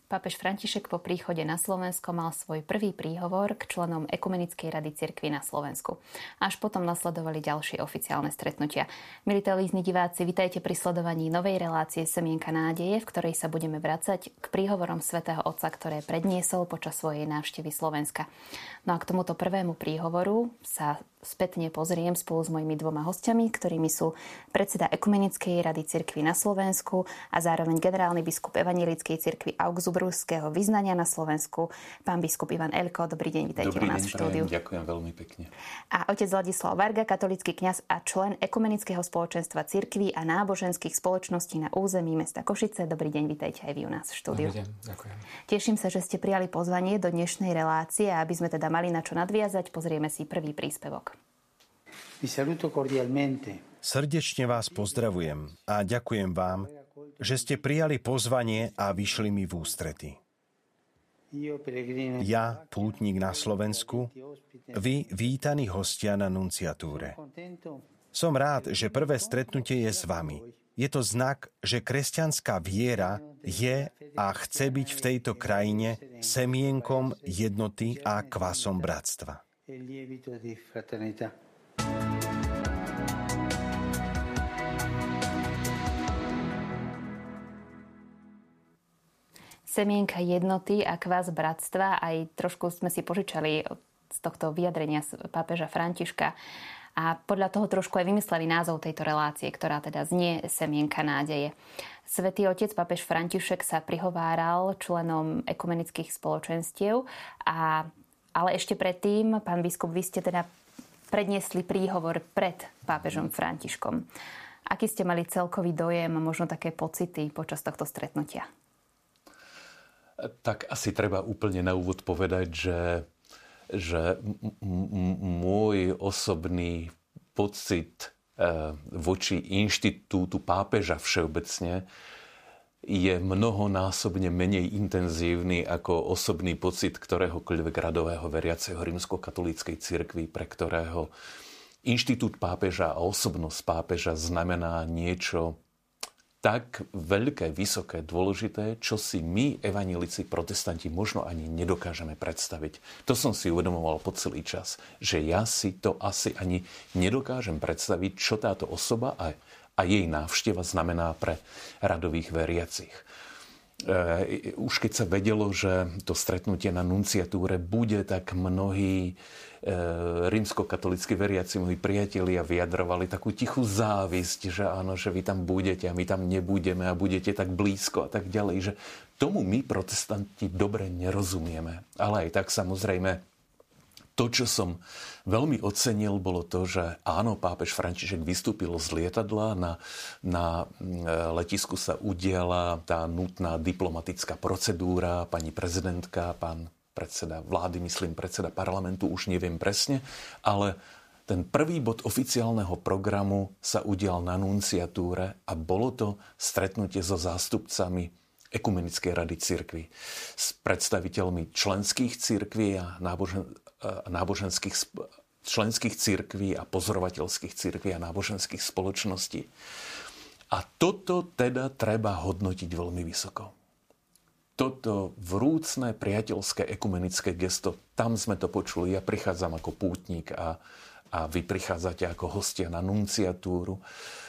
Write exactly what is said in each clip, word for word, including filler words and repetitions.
Pápež František po príchode na Slovensko mal svoj prvý príhovor k členom Ekumenickej rady cirkvi na Slovensku. Až potom nasledovali ďalšie oficiálne stretnutia. Milí televízni diváci, vitajte pri sledovaní novej relácie Semienka nádeje, v ktorej sa budeme vracať k príhovorom svätého Otca, ktoré predniesol počas svojej návštevy Slovenska. No a k tomuto prvému príhovoru sa spätne pozriem spolu s mojimi dvoma hostiami, ktorými sú predseda Ekumenickej rady cirkvi na Slovensku a zároveň generálny biskup Evanjelickej cirkvi Augsburského vyznania na Slovensku, pán biskup Ivan Elko. Dobrý deň, vitajte u nás v štúdiu. Ďakujem veľmi pekne. A otec Ladislav Varga, katolícky kňaz a člen Ekumenického spoločenstva cirkví a náboženských spoločností na území mesta Košice. Dobrý deň, vitajte aj vy u nás v štúdiu. Dobrý deň, ďakujem. Teším sa, že ste prijali pozvanie do dnešnej relácie a aby sme teda mali na čo nadviazať, pozrieme si prvý príspevok. Srdečne vás pozdravujem a ďakujem vám, že ste prijali pozvanie a vyšli mi v ústrety. Ja, pútnik na Slovensku, vy, vítaní hostia na nunciatúre. Som rád, že prvé stretnutie je s vami. Je to znak, že kresťanská viera je a chce byť v tejto krajine semienkom jednoty a kvasom bratstva. Semienka jednoty a kvás bratstva, aj trošku sme si požičali z tohto vyjadrenia pápeža Františka a podľa toho trošku aj vymysleli názov tejto relácie, ktorá teda znie Semienka nádeje. Svätý otec pápež František sa prihováral členom ekumenických spoločenstiev, a, ale ešte predtým, pán biskup, vy ste teda predniesli príhovor pred pápežom Františkom. Aký ste mali celkový dojem a možno také pocity počas tohto stretnutia? Tak asi treba úplne na úvod povedať, že, že m- môj osobný pocit e, voči inštitútu pápeža všeobecne je mnohonásobne menej intenzívny ako osobný pocit ktoréhokoľvek radového veriaceho rímskokatolíckej cirkvi, pre ktorého inštitút pápeža a osobnosť pápeža znamená niečo tak veľké, vysoké, dôležité, čo si my, evanjelici, protestanti, možno ani nedokážeme predstaviť. To som si uvedomoval po celý čas, že ja si to asi ani nedokážem predstaviť, čo táto osoba a, a jej návšteva znamená pre radových veriacich. E, už keď sa vedelo, že to stretnutie na nunciatúre bude, tak mnohí rímskokatolícky veriaci, moji priatelia, vyjadrovali takú tichú závisť, že áno, že vy tam budete a my tam nebudeme a budete tak blízko a tak ďalej, že tomu my, protestanti, dobre nerozumieme. Ale aj tak, samozrejme, to, čo som veľmi ocenil, bolo to, že áno, pápež František vystúpil z lietadla, na, na letisku sa udiala tá nutná diplomatická procedúra, pani prezidentka, pán predseda vlády, myslím, predseda parlamentu, už neviem presne, ale ten prvý bod oficiálneho programu sa udial na nunciatúre a bolo to stretnutie so zástupcami Ekumenickej rady cirkvi, s predstaviteľmi členských cirkví a nábožen, náboženských členských cirkví a pozorovateľských cirkví a náboženských spoločností. A toto teda treba hodnotiť veľmi vysoko. Toto vrúcne, priateľské, ekumenické gesto, tam sme to počuli. Ja prichádzam ako pútnik a, a vy prichádzate ako hostia na nunciatúru. E,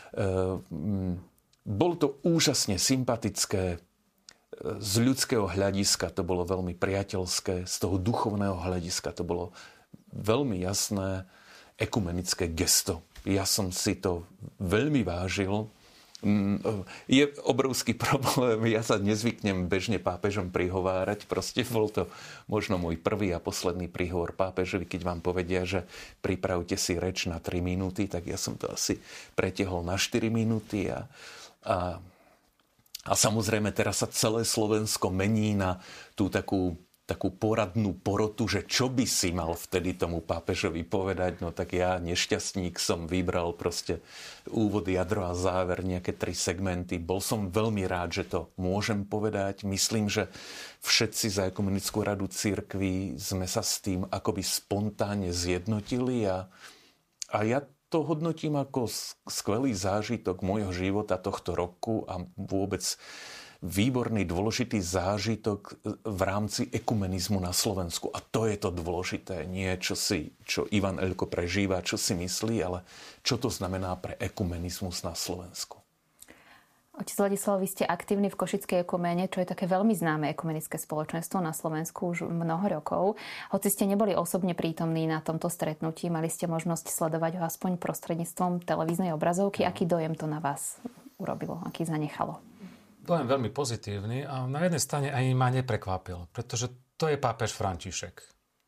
bolo to úžasne sympatické. Z ľudského hľadiska to bolo veľmi priateľské. Z toho duchovného hľadiska to bolo veľmi jasné ekumenické gesto. Ja som si to veľmi vážil. Je obrovský problém, ja sa nezvyknem bežne pápežom prihovárať, proste bol to možno môj prvý a posledný príhovor pápežovi, keď vám povedia, že pripravte si reč na tri minúty, tak ja som to asi pretiahol na štyri minúty a, a, a samozrejme teraz sa celé Slovensko mení na tú takú takú poradnú porotu, že čo by si mal vtedy tomu pápežovi povedať. No tak ja, nešťastník, som vybral proste úvod, jadro a záver, nejaké tri segmenty. Bol som veľmi rád, že to môžem povedať. Myslím, že všetci za Ekumenickú radu cirkvi sme sa s tým akoby spontánne zjednotili a, a ja to hodnotím ako skvelý zážitok môjho života tohto roku a vôbec výborný, dôležitý zážitok v rámci ekumenizmu na Slovensku. A to je to dôležité. Nie čo, si, čo Ivan Elko prežíva, čo si myslí, ale čo to znamená pre ekumenizmus na Slovensku. Otec Ladislav, vy ste aktívni v Košickej ekuméne, čo je také veľmi známe ekumenické spoločenstvo na Slovensku už mnoho rokov. Hoci ste neboli osobne prítomní na tomto stretnutí, mali ste možnosť sledovať ho aspoň prostredníctvom televíznej obrazovky. Aký dojem to na vás urobilo? Aký zanechalo? Dojem veľmi pozitívny a na jednej strane ani ma neprekvapil, pretože to je pápež František.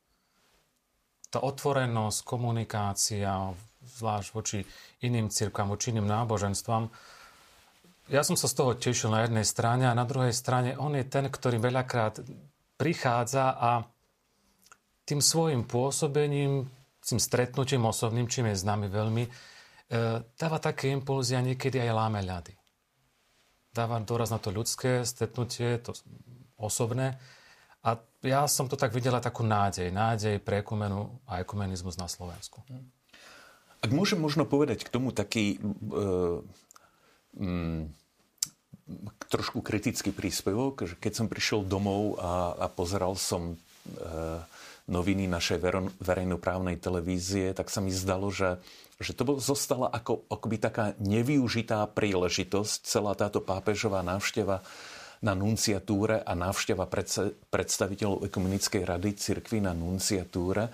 Tá otvorenosť, komunikácia, zvlášť voči iným cirkvám, voči iným náboženstvám. Ja som sa z toho tešil na jednej strane a na druhej strane on je ten, ktorý veľakrát prichádza a tým svojim pôsobením, tým stretnutím osobným, čím je známy veľmi, dáva také impulzy a niekedy aj láme ľady. Dáva dôraz na to ľudské stretnutie, to osobné. A ja som to tak videla takú nádej. Nádej pre ekumenu a ekumenizmus na Slovensku. Ak môžem možno povedať k tomu taký... Uh... Mm, trošku kritický príspevok, že keď som prišiel domov a, a pozeral som e, noviny našej vero, verejnoprávnej televízie, tak sa mi zdalo, že, že to bol, zostala ako akoby taká nevyužitá príležitosť, celá táto pápežová návšteva na nunciatúre a návšteva predstaviteľov Ekumenickej rady cirkvi na nunciatúre,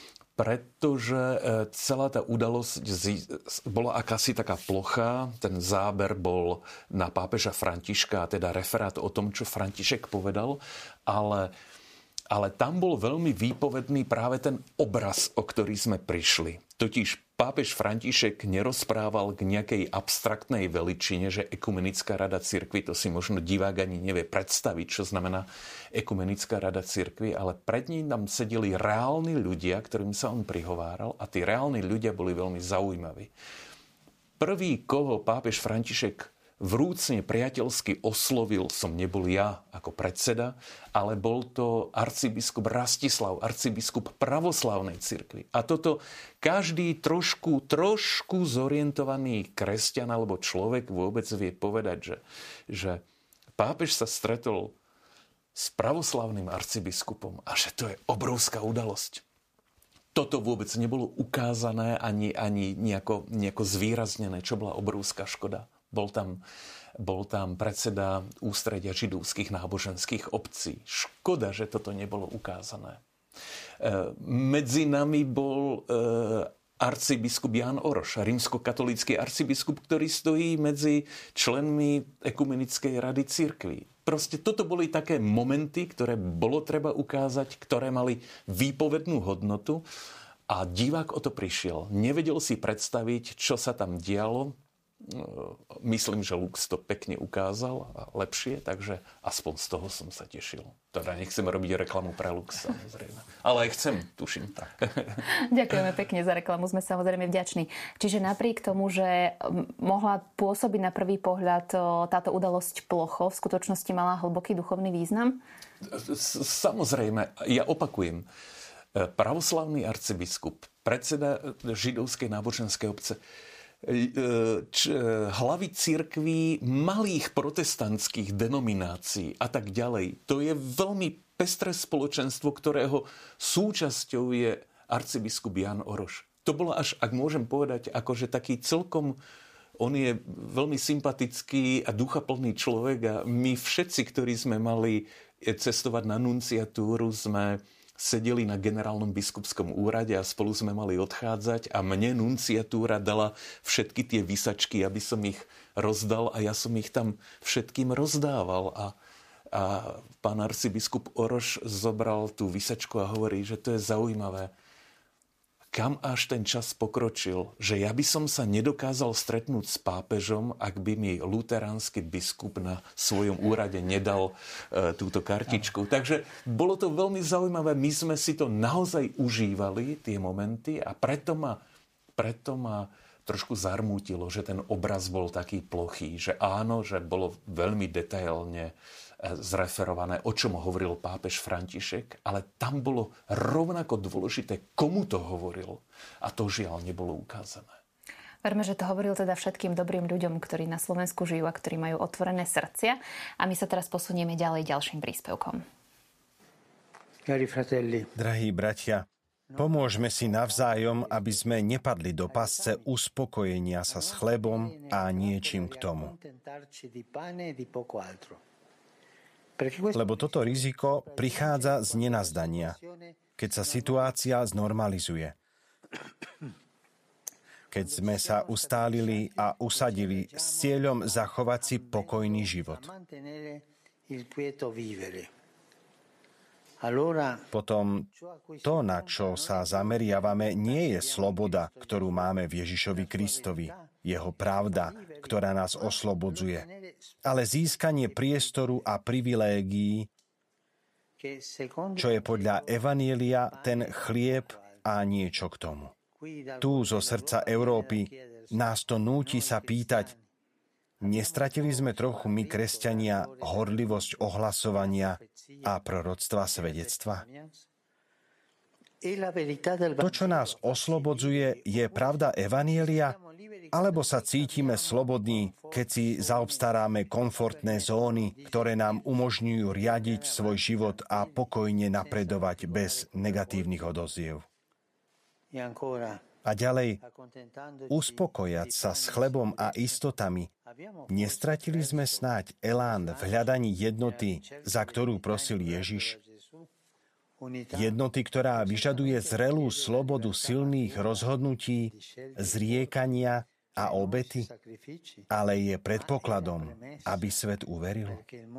pretože celá tá udalosť bola akási taká plochá. Ten záber bol na pápeža Františka, teda referát o tom, čo František povedal, ale, ale tam bol veľmi výpovedný práve ten obraz, o ktorý sme prišli. Totiž pápež František nerozprával k nejakej abstraktnej veličine, že Ekumenická rada cirkvi, to si možno divák ani nevie predstaviť, čo znamená Ekumenická rada cirkvi, ale pred ním tam sedeli reálni ľudia, ktorým sa on prihováral a tí reálni ľudia boli veľmi zaujímaví. Prvý, koho pápež František vrúcne priateľsky oslovil, som nebol ja ako predseda, ale bol to arcibiskup Rastislav, arcibiskup pravoslavnej cirkvi. A toto každý trošku, trošku zorientovaný kresťan alebo človek vôbec vie povedať, že, že pápež sa stretol s pravoslavným arcibiskupom a že to je obrovská udalosť. Toto vôbec nebolo ukázané ani, ani nejako, nejako zvýraznené, čo bola obrovská škoda. Bol tam, bol tam predseda ústredia židovských náboženských obcí. Škoda, že toto nebolo ukázané. E, medzi nami bol e, arcibiskup Ján Oroš, rímskokatolícky arcibiskup, ktorý stojí medzi členmi Ekumenickej rady cirkvi. Proste toto boli také momenty, ktoré bolo treba ukázať, ktoré mali výpovednú hodnotu a divák o to prišiel. Nevedel si predstaviť, čo sa tam dialo. Myslím, že Lux to pekne ukázal a lepšie, takže aspoň z toho som sa tešil. Teda nechcem robiť reklamu pre Lux, samozrejme. Ale aj chcem, tuším. Tak. Ďakujeme pekne za reklamu, sme samozrejme vďační. Čiže napriek tomu, že mohla pôsobiť na prvý pohľad táto udalosť plocho, v skutočnosti mala hlboký duchovný význam? Samozrejme, ja opakujem. Pravoslavný arcibiskup, predseda židovskej náboženskej obce, Č, hlavy cirkví malých protestantských denominácií a tak ďalej. To je veľmi pestré spoločenstvo, ktorého súčasťou je arcibiskup Ján Oroš. To bolo až, ak môžem povedať, akože taký celkom, on je veľmi sympatický a duchaplný človek a my všetci, ktorí sme mali cestovať na nunciatúru, sme sedeli na generálnom biskupskom úrade a spolu sme mali odchádzať a mne nunciatúra dala všetky tie výsačky, aby som ich rozdal a ja som ich tam všetkým rozdával. A, a pán arcibiskup Oroš zobral tú výsačku a hovorí, že to je zaujímavé. Kam až ten čas pokročil, že ja by som sa nedokázal stretnúť s pápežom, ak by mi luteránsky biskup na svojom úrade nedal e, túto kartičku. Takže bolo to veľmi zaujímavé. My sme si to naozaj užívali, tie momenty, a preto ma, preto ma trošku zarmútilo, že ten obraz bol taký plochý, že áno, že bolo veľmi detailne zreferované, o čom hovoril pápež František, ale tam bolo rovnako dôležité, komu to hovoril. A to žiaľ nebolo ukázané. Verme, že to hovoril teda všetkým dobrým ľuďom, ktorí na Slovensku žijú a ktorí majú otvorené srdcia. A my sa teraz posunieme ďalej ďalším príspevkom. Drahí bratia, pomôžme si navzájom, aby sme nepadli do pasce uspokojenia sa s chlebom a niečím k tomu. Lebo toto riziko prichádza z nenazdania, keď sa situácia znormalizuje. Keď sme sa ustálili a usadili s cieľom zachovať si pokojný život. Potom to, na čo sa zameriavame, nie je sloboda, ktorú máme v Ježišovi Kristovi, jeho pravda, ktorá nás oslobodzuje, ale získanie priestoru a privilégií, čo je podľa Evanielia ten chlieb a niečo k tomu. Tu zo srdca Európy nás to núti sa pýtať, nestratili sme trochu my, kresťania, horlivosť ohlasovania a proroctva svedectva? To, čo nás oslobodzuje, je pravda Evanielia, alebo sa cítime slobodní, keď si zaobstaráme komfortné zóny, ktoré nám umožňujú riadiť svoj život a pokojne napredovať bez negatívnych odoziev? A ďalej, uspokojať sa s chlebom a istotami, nestratili sme snáď elán v hľadaní jednoty, za ktorú prosil Ježiš? Jednoty, ktorá vyžaduje zrelú slobodu silných rozhodnutí, zriekania a obety, ale je predpokladom, aby svet uveril.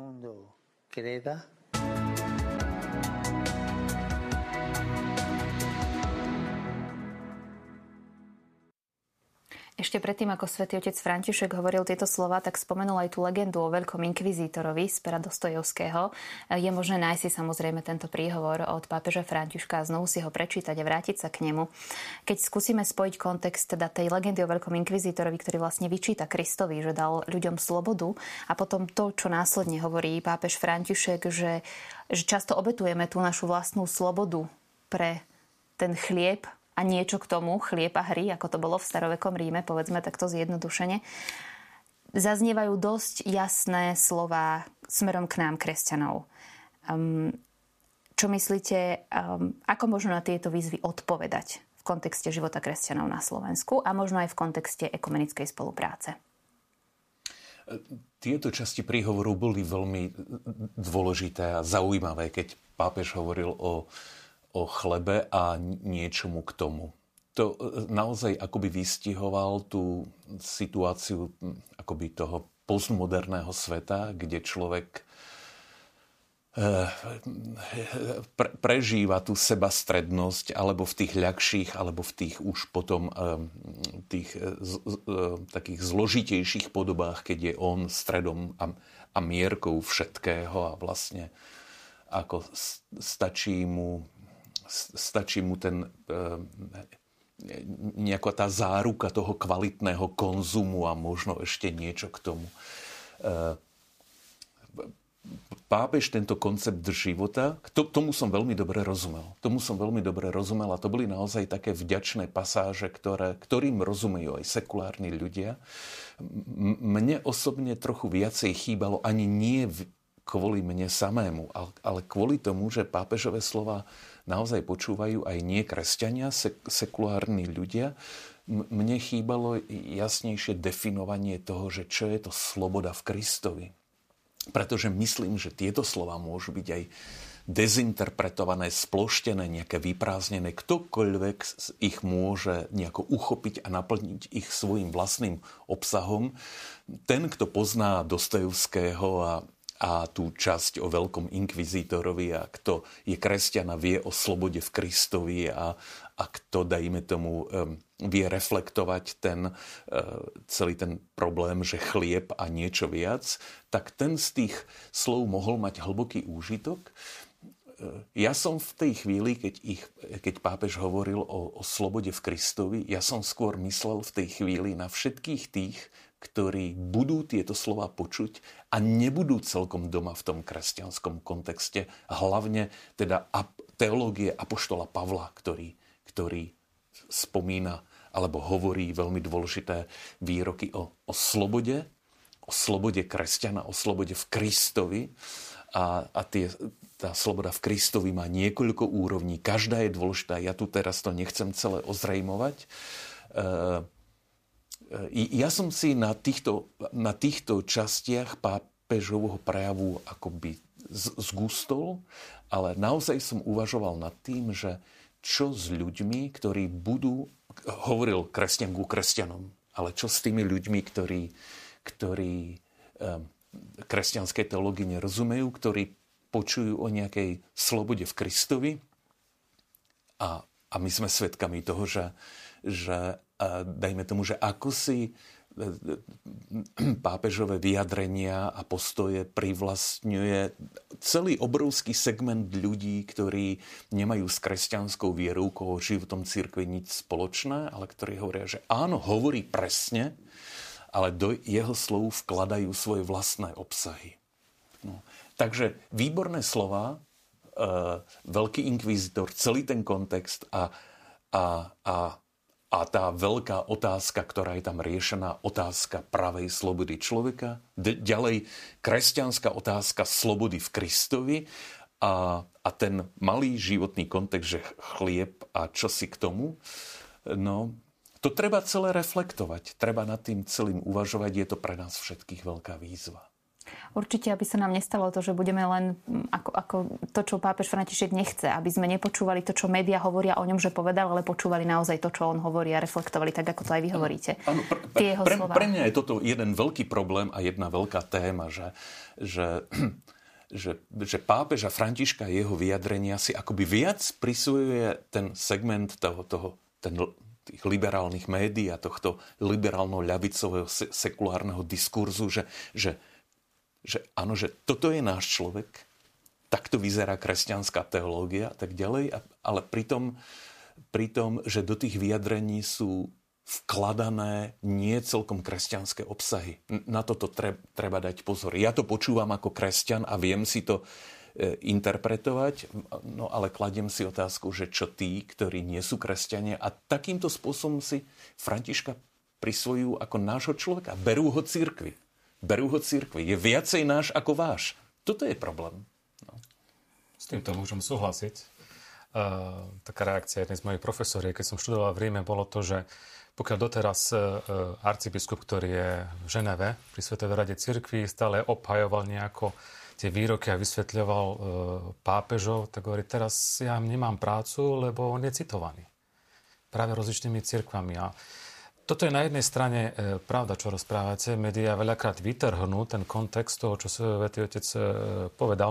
Ešte predtým, ako svätý otec František hovoril tieto slova, tak spomenul aj tú legendu o veľkom inkvizítorovi z pera Dostojevského. Je možné nájsť si samozrejme tento príhovor od pápeža Františka a znovu si ho prečítať a vrátiť sa k nemu. Keď skúsime spojiť kontext teda tej legendy o veľkom inkvizítorovi, ktorý vlastne vyčíta Kristovi, že dal ľuďom slobodu, a potom to, čo následne hovorí pápež František, že, že často obetujeme tú našu vlastnú slobodu pre ten chlieb a niečo k tomu, chlieb a hry, ako to bolo v starovekom Ríme, povedzme takto zjednodušene, zaznievajú dosť jasné slová smerom k nám, kresťanov. Um, čo myslíte, um, ako možno na tieto výzvy odpovedať v kontexte života kresťanov na Slovensku a možno aj v kontexte ekumenickej spolupráce? Tieto časti príhovoru boli veľmi dôležité a zaujímavé, keď pápež hovoril o o chlebe a niečomu k tomu. To naozaj akoby vystihoval tú situáciu akoby toho postmoderného sveta, kde človek pre, prežíva tú sebastrednosť alebo v tých ľahších, alebo v tých už potom tých takých zložitejších podobách, keď je on stredom a, a mierkou všetkého a vlastne ako stačí mu stačí mu ten nejaká tá záruka toho kvalitného konzumu a možno ešte niečo k tomu. Pápež tento koncept života, to, tomu som veľmi dobre rozumel. Tomu som veľmi dobre rozumel a to boli naozaj také vďačné pasáže, ktoré, ktorým rozumejú aj sekulárni ľudia. Mne osobne trochu viacej chýbalo ani nie kvôli mne samému, ale kvôli tomu, že pápežové slova naozaj počúvajú aj nie kresťania, sek- sekulárni ľudia. M- mne chýbalo jasnejšie definovanie toho, že čo je to sloboda v Kristovi. Pretože myslím, že tieto slova môžu byť aj dezinterpretované, sploštené, nejaké vyprázdnené. Ktokoľvek ich môže nejako uchopiť a naplniť ich svojim vlastným obsahom. Ten, kto pozná Dostojevského a a tú časť o veľkom inkvizítorovi a kto je kresťan a vie o slobode v Kristovi a, a kto, dajme tomu, um, vie reflektovať ten, uh, celý ten problém, že chlieb a niečo viac, tak ten z tých slov mohol mať hlboký úžitok. Uh, ja som v tej chvíli, keď, ich, keď pápež hovoril o, o slobode v Kristovi, ja som skôr myslel v tej chvíli na všetkých tých, ktorí budú tieto slova počuť a nebudú celkom doma v tom kresťanskom kontexte. Hlavne teda teológie apoštola Pavla, ktorý, ktorý spomína a alebo hovorí veľmi dôležité výroky o, o slobode, o slobode kresťana, o slobode v Kristovi. A, a tie, tá sloboda v Kristovi má niekoľko úrovní. Každá je dôležitá. Ja tu teraz to nechcem celé ozrejmovať. E, e, ja som si na týchto, na týchto častiach pápežovho prejavu akoby zgustol, ale naozaj som uvažoval nad tým, že čo s ľuďmi, ktorí budú, hovoril kresťan ku kresťanom, ale čo s tými ľuďmi, ktorí, ktorí um, kresťanskej teológii nerozumejú, ktorí počujú o nejakej slobode v Kristovi a, a my sme svedkami toho, že, že a dajme tomu, že ako si pápežové vyjadrenia a postoje privlastňuje celý obrovský segment ľudí, ktorí nemajú s kresťanskou vierou, koho životom cirkvi nič spoločné, ale ktorí hovoria, že áno, hovorí presne, ale do jeho slov vkladajú svoje vlastné obsahy. No. Takže výborné slova, e, veľký inkvizitor, celý ten kontext a, a, a A tá veľká otázka, ktorá je tam riešená, otázka pravej slobody človeka. D- ďalej kresťanská otázka slobody v Kristovi a, a ten malý životný kontext, že chlieb a čo si k tomu. No, to treba celé reflektovať. Treba nad tým celým uvažovať. Je to pre nás všetkých veľká výzva. Určite, aby sa nám nestalo to, že budeme len ako, ako to, čo pápež František nechce. Aby sme nepočúvali to, čo médiá hovoria o ňom, že povedal, ale počúvali naozaj to, čo on hovorí a reflektovali tak, ako to aj vy hovoríte. Áno, pre, pre, pre mňa je toto jeden veľký problém a jedna veľká téma, že, že, že, že pápeža Františka a jeho vyjadrenia si akoby viac prisvojuje ten segment toho, toho ten, tých liberálnych médií a tohto liberálno-ľavicového sekulárneho diskurzu, že, že že áno, že toto je náš človek, takto vyzerá kresťanská teológia a tak ďalej, ale pritom, pritom, že do tých vyjadrení sú vkladané nie celkom kresťanské obsahy. Na toto treba dať pozor. Ja to počúvam ako kresťan a viem si to interpretovať, no ale kladiem si otázku, že čo tí, ktorí nie sú kresťania a takýmto spôsobom si Františka prisvojujú ako nášho človeka. Berú ho cirkvi. Berú ho cirkvi. Je viacej náš ako váš. Toto je problém. No. S týmto môžem súhlasiť. Uh, taká reakcia jednej z mojich profesoriek, keď som študoval v Ríme, bolo to, že pokiaľ doteraz uh, arcibiskup, ktorý je v Ženeve pri Svätej rade cirkvi, stále obhajoval nejako tie výroky a vysvetľoval uh, pápežov, tak hovorí, teraz ja nemám prácu, lebo on je citovaný. Práve rozličnými cirkvami. A toto je na jednej strane e, pravda, čo rozprávate. Médiá veľakrát vytrhnú ten kontext toho, čo Svätý Otec e, povedal.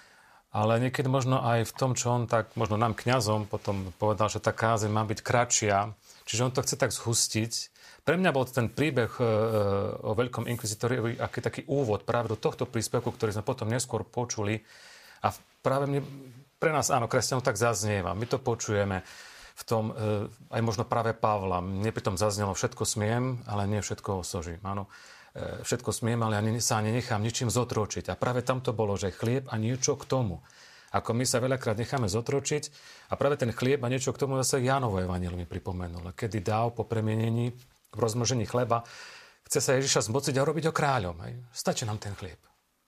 Ale niekedy možno aj v tom, čo on tak, možno nám kňazom potom povedal, že tá kázeň má byť kratšia. Čiže on to chce tak zhustiť. Pre mňa bol ten príbeh e, o veľkom inkvizitorovi aký taký úvod práve do tohto príspevku, ktorý sme potom neskôr počuli. A práve mne, pre nás, áno, kresťanov tak zaznieva. My to počujeme v tom, aj možno práve Pavla. Mne pri tom zaznelo, všetko smiem, ale nie všetko osožím. Áno, všetko smiem, ale ani sa nenechám ničím zotročiť. A práve tam to bolo, že chlieb a niečo k tomu. Ako my sa veľakrát necháme zotročiť a práve ten chlieb a niečo k tomu zase Jánovo evanjelium mi pripomenulo. Kedy dal po premienení, v rozmnožení chleba, chce sa Ježiša zmociť a robiť ho kráľom. Hej. Stačí nám ten chlieb.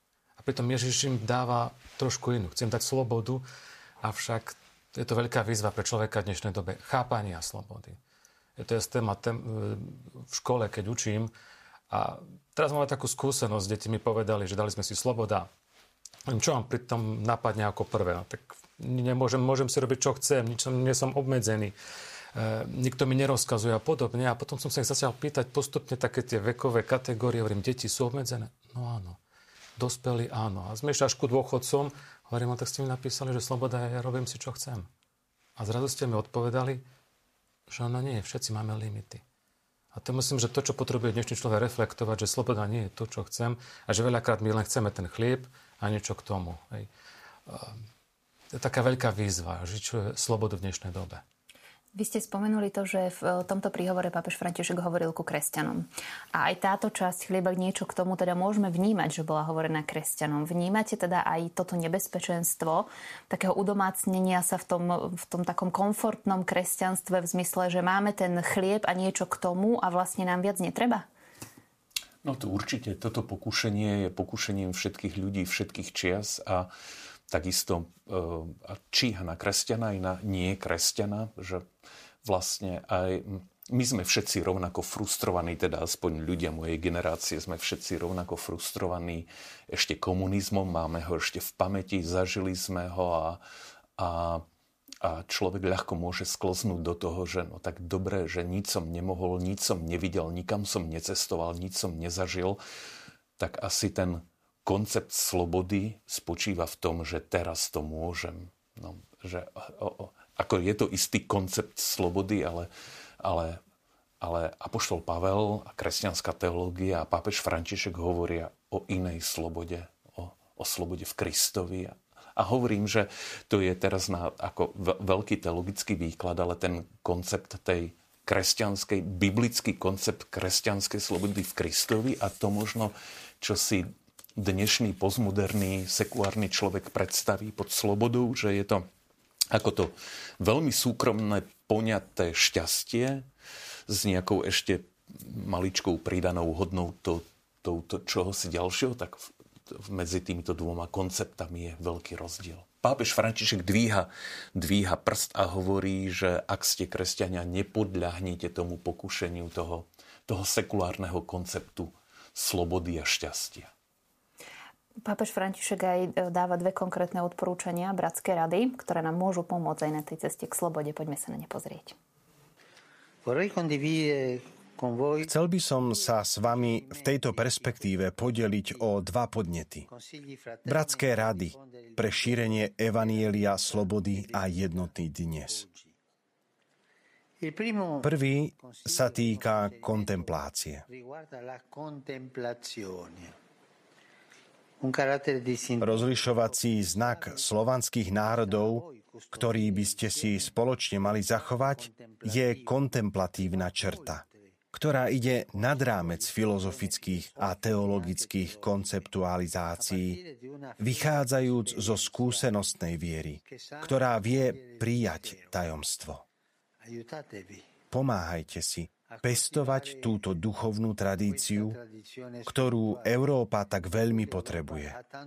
A pritom Ježiš im dáva trošku inú. Chcem dať slobodu, avšak je to veľká výzva pre človeka v dnešnej dobe. Chápania slobody. Je to je téma tém, v škole, keď učím. A teraz máme takú skúsenosť. Deti mi povedali, že dali sme si sloboda. Čo vám pri tom napadne ako prvé? Tak nemôžem, môžem si robiť, čo chcem. Nič som, nie som obmedzený. E, nikto mi nerozkazuje a podobne. A potom som sa ich začal pýtať postupne také tie vekové kategórie. Hovorím, deti sú obmedzené? No áno. Dospelí áno. A sme až ku dôchodcom. Hovorím, tak ste mi napísali, že sloboda je, ja robím si, čo chcem. A zrazu ste mi odpovedali, že ona nie je, všetci máme limity. A to myslím, že to, čo potrebuje dnešný človek reflektovať, že sloboda nie je to, čo chcem a že veľakrát my len chceme ten chlieb a niečo k tomu. Hej. To je taká veľká výzva, žiť slobodu v dnešnej dobe. Vy ste spomenuli to, že v tomto príhovore pápež František hovoril ku kresťanom. A aj táto časť Chliebak niečo k tomu teda môžeme vnímať, že bola hovorená kresťanom. Vnímate teda aj toto nebezpečenstvo takého udomácnenia sa v tom, v tom takom komfortnom kresťanstve v zmysle, že máme ten chlieb a niečo k tomu a vlastne nám viac netreba? No to určite. Toto pokušenie je pokušením všetkých ľudí, všetkých čias a takisto číha na kresťana aj na nie kresťana, že vlastne aj my sme všetci rovnako frustrovaní, teda aspoň ľudia mojej generácie sme všetci rovnako frustrovaní ešte komunizmom, máme ho ešte v pamäti, zažili sme ho a, a, a človek ľahko môže skloznúť do toho, že no tak dobre, že nič som nemohol, nič som nevidel, nikam som necestoval, nič som nezažil, tak asi ten koncept slobody spočíva v tom, že teraz to môžem. No, že, o, o, ako je to istý koncept slobody, ale, ale, ale apoštol Pavel a kresťanská teológia a pápež František hovoria o inej slobode, o, o slobode v Kristovi. A, a hovorím, že to je teraz na, ako veľký teologický výklad, ale ten koncept tej kresťanskej, biblický koncept kresťanskej slobody v Kristovi a to možno, čo si dnešný postmoderný sekulárny človek predstaví pod slobodou, že je to ako to veľmi súkromné poňaté šťastie s nejakou ešte maličkou pridanou hodnotou to, to, čohosi ďalšieho, tak medzi týmito dvoma konceptami je veľký rozdiel. Pápež František dvíha, dvíha prst a hovorí, že ak ste kresťania, nepodľahnite tomu pokušeniu toho, toho sekulárneho konceptu slobody a šťastia. Pápež František aj dáva dve konkrétne odporúčania bratskej rady, ktoré nám môžu pomôcť aj na tej ceste k slobode. Poďme sa na ne pozrieť. Chcel by som sa s vami v tejto perspektíve podeliť o dva podnety. Bratské rady pre šírenie evanjelia slobody a jednoty dnes. Prvý sa týka kontemplácie. Rozlišovací znak slovanských národov, ktorý by ste si spoločne mali zachovať, je kontemplatívna črta, ktorá ide nad rámec filozofických a teologických konceptualizácií, vychádzajúc zo skúsenostnej viery, ktorá vie prijať tajomstvo. Pomáhajte si pestovať túto duchovnú tradíciu, ktorú Európa tak veľmi potrebuje.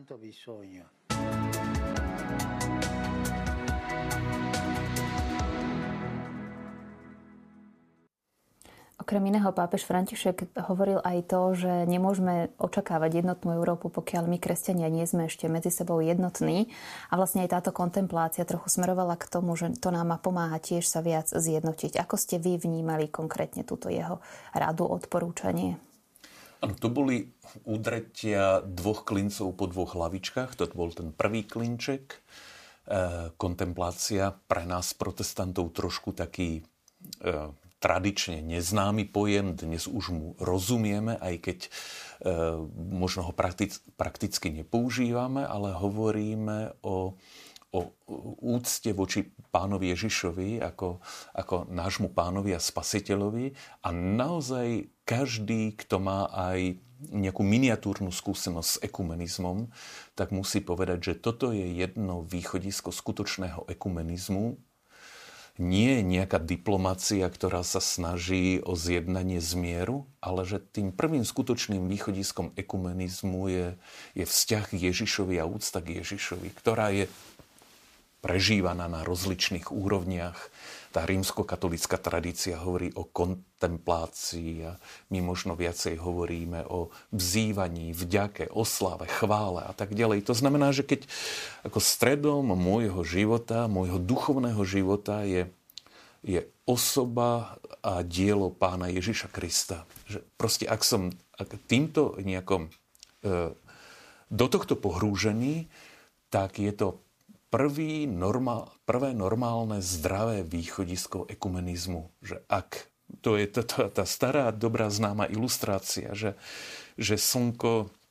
Okrem iného pápež František hovoril aj to, že nemôžeme očakávať jednotnú Európu, pokiaľ my, kresťania, nie sme ešte medzi sebou jednotní. A vlastne aj táto kontemplácia trochu smerovala k tomu, že to nám má pomáhať tiež sa viac zjednotiť. Ako ste vy vnímali konkrétne túto jeho radu, odporúčanie? Áno, to boli údretia dvoch klincov po dvoch hlavičkách. To bol ten prvý klinček. E, kontemplácia pre nás, protestantov, trošku taký e, tradične neznámy pojem, dnes už mu rozumieme, aj keď e, možno ho praktic, prakticky nepoužívame, ale hovoríme o, o úcte voči pánovi Ježišovi ako, ako nášmu pánovi a spasiteľovi. A naozaj každý, kto má aj nejakú miniatúrnu skúsenosť s ekumenizmom, tak musí povedať, že toto je jedno východisko skutočného ekumenizmu. Nie je nejaká diplomácia, ktorá sa snaží o zjednanie zmieru, ale že tým prvým skutočným východiskom ekumenizmu je, je vzťah k Ježišovi a úcta k Ježišovi, ktorá je prežívaná na rozličných úrovniach. Tá rímskokatolícka tradícia hovorí o kontemplácii a my možno viacej hovoríme o vzývaní, vďake, oslave, chvále a tak ďalej. To znamená, že keď ako stredom môjho života, môjho duchovného života je, je osoba a dielo pána Ježiša Krista. Že proste ak som ak týmto nejakom e, do tohto pohrúžený, tak je to Prvý normál, prvé normálne zdravé východisko ekumenizmu. Že ak, to je tá, tá stará, dobrá známa ilustrácia, že, že slnko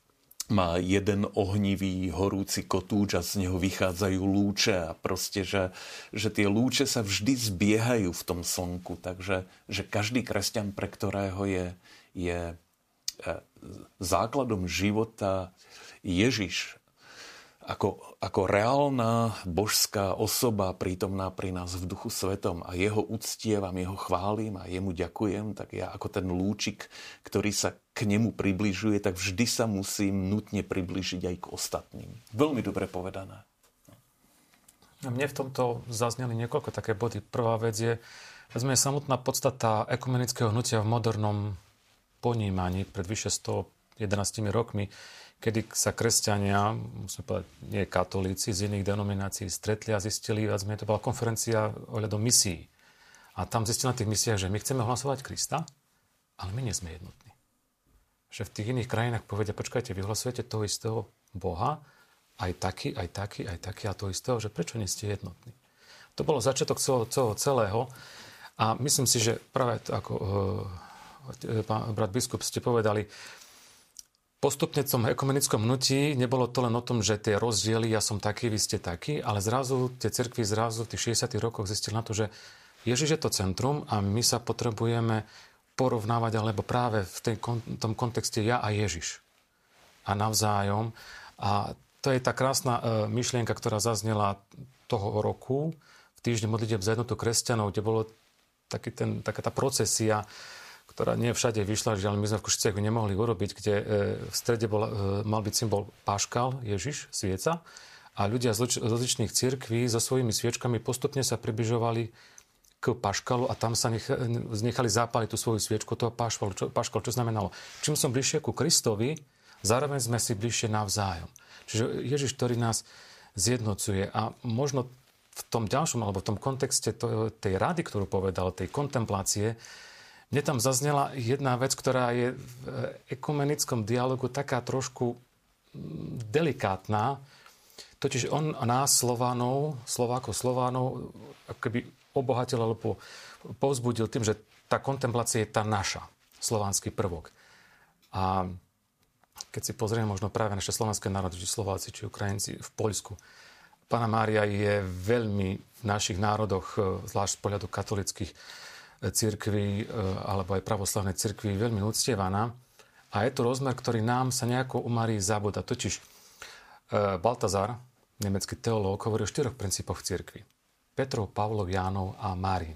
má jeden ohnivý horúci kotúč a z neho vychádzajú lúče a proste, že, že tie lúče sa vždy zbiehajú v tom slnku. Takže že každý kresťan, pre ktorého je, je základom života Ježiš, ako, ako reálna božská osoba prítomná pri nás v Duchu Svetom a jeho uctievam, jeho chválim a jemu ďakujem, tak ja ako ten lúčik, ktorý sa k nemu približuje, tak vždy sa musím nutne približiť aj k ostatným. Veľmi dobre povedané. Mne v tomto zazneli niekoľko také body. Prvá vec je, vezme samotná podstata ekumenického hnutia v modernom ponímaní pred vyše sto jedenástimi rokmi, kedy sa kresťania, musíme povedať, nie katolíci, z iných denominácií stretli a zistili, viac menej to bola konferencia ohľadom misií. A tam zistili na tých misiách, že my chceme hlasovať Krista, ale my nie sme jednotní. Že v tých iných krajinách povedia, počkajte, vy hlasujete toho istého Boha, aj taký, aj taký, aj taký a to istého, že prečo nie ste jednotní? To bolo začiatok celého, celého celého a myslím si, že práve to, ako e, pán brat biskup ste povedali, postupne v tom ekumenickom hnutí nebolo to len o tom, že tie rozdiely, ja som taký, vy ste takí, ale zrazu tie cirkvi zrazu v tých šesťdesiatych rokoch zistili na to, že Ježiš je to centrum a my sa potrebujeme porovnávať, alebo práve v tej, tom kontexte ja a Ježiš. A navzájom. A to je tá krásna e, myšlienka, ktorá zaznela toho roku v týždni modlitieb za jednotu kresťanov, kde bolo taký ten, taká tá procesia, ktorá nie všade vyšla, že ale my sme v Košiciach ju nemohli urobiť, kde e, v strede bol, e, mal byť symbol páškal, Ježiš, svieca, a ľudia z rozličných cirkví so svojimi sviečkami postupne sa približovali k paškalu a tam sa nech, nechali zápaliť tú svoju sviečku toho paškalu. Čo, paškal, čo znamenalo? Čím som bližšie ku Kristovi, zároveň sme si bližšie navzájom. Čiže Ježiš, ktorý nás zjednocuje. A možno v tom ďalšom, alebo v tom kontexte to, tej rady, ktorú povedal, tej kontemplácie, mne tam zaznela jedna vec, ktorá je v ekumenickom dialogu taká trošku delikátna. Totiž on nás, Slovanov, Slovákov, Slovanov, akoby obohatil alebo povzbudil tým, že tá kontemplácia je tá naša, slovanský prvok. A keď si pozrieme možno práve naše slovanské národy, či Slováci, či Ukrajinci v Poľsku, Panna Mária je veľmi v našich národoch, zvlášť z pohľadu katolických cirkvi alebo aj pravoslavnej cirkvi veľmi uctievaná. A je to rozmer, ktorý nám sa nejako u Márii zabúda. Totiž Baltazar, nemecký teológ, hovorí o štyroch princípoch v cirkvi. Petrov, Pavlov, Jánov a Márin.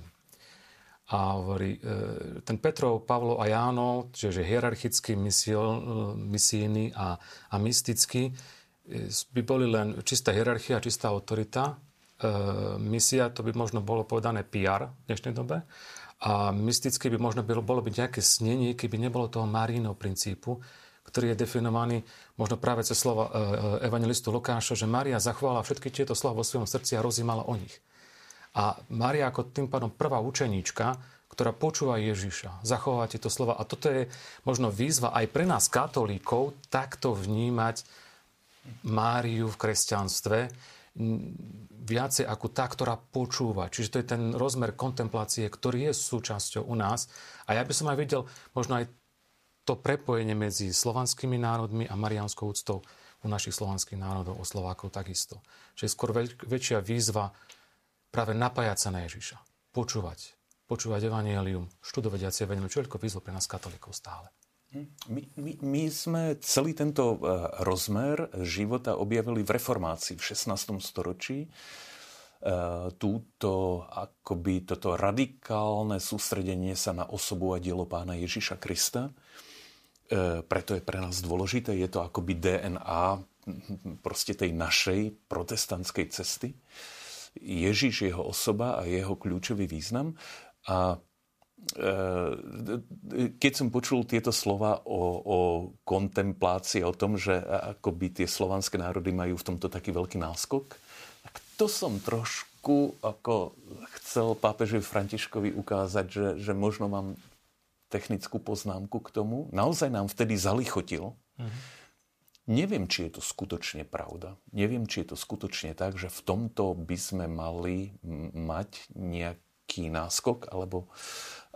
A hovorí, ten Petrov, Pavlov a Jánov, čiže hierarchický, misijný a, a mystický, by boli len čistá hierarchia, čistá autorita. Misia, to by možno bolo povedané pé er v dnešnej dobe. A mysticky by možno bolo, bolo byť nejaké snenie, keby nebolo toho Márinho princípu, ktorý je definovaný možno práve cez slova evangelistu Lukáša, že Mária zachovala všetky tieto slova vo svojom srdci a rozímala o nich. A Mária ako tým pádom prvá učeníčka, ktorá počúva Ježiša, zachováva tieto slova. A toto je možno výzva aj pre nás, katolíkov, takto vnímať Máriu v kresťanstve, viacej ako tá, ktorá počúva. Čiže to je ten rozmer kontemplácie, ktorý je súčasťou u nás. A ja by som aj videl možno aj to prepojenie medzi slovanskými národmi a mariánskou úctou u našich slovanských národov, o Slovákov takisto. Čiže skôr väč- väčšia výzva práve napájať sa na Ježiša. Počúvať. Počúvať evanjelium, študovať viacej evanjelium, čo je veľkou výzvou pre nás katolíkov stále. My, my, my sme celý tento rozmer života objavili v reformácii v šestnástom storočí. Túto, akoby toto radikálne sústredenie sa na osobu a dielo Pána Ježiša Krista. Preto je pre nás dôležité, je to akoby dé en á proste tej našej protestantskej cesty. Ježiš, jeho osoba a jeho kľúčový význam. A keď som počul tieto slova o, o kontemplácii, o tom, že akoby tie slovanské národy majú v tomto taký veľký náskok, tak to som trošku ako chcel pápežovi Františkovi ukázať, že, že možno mám technickú poznámku k tomu. Naozaj nám vtedy zalichotil. Mhm. Neviem, či je to skutočne pravda. Neviem, či je to skutočne tak, že v tomto by sme mali mať nejaký náskok, alebo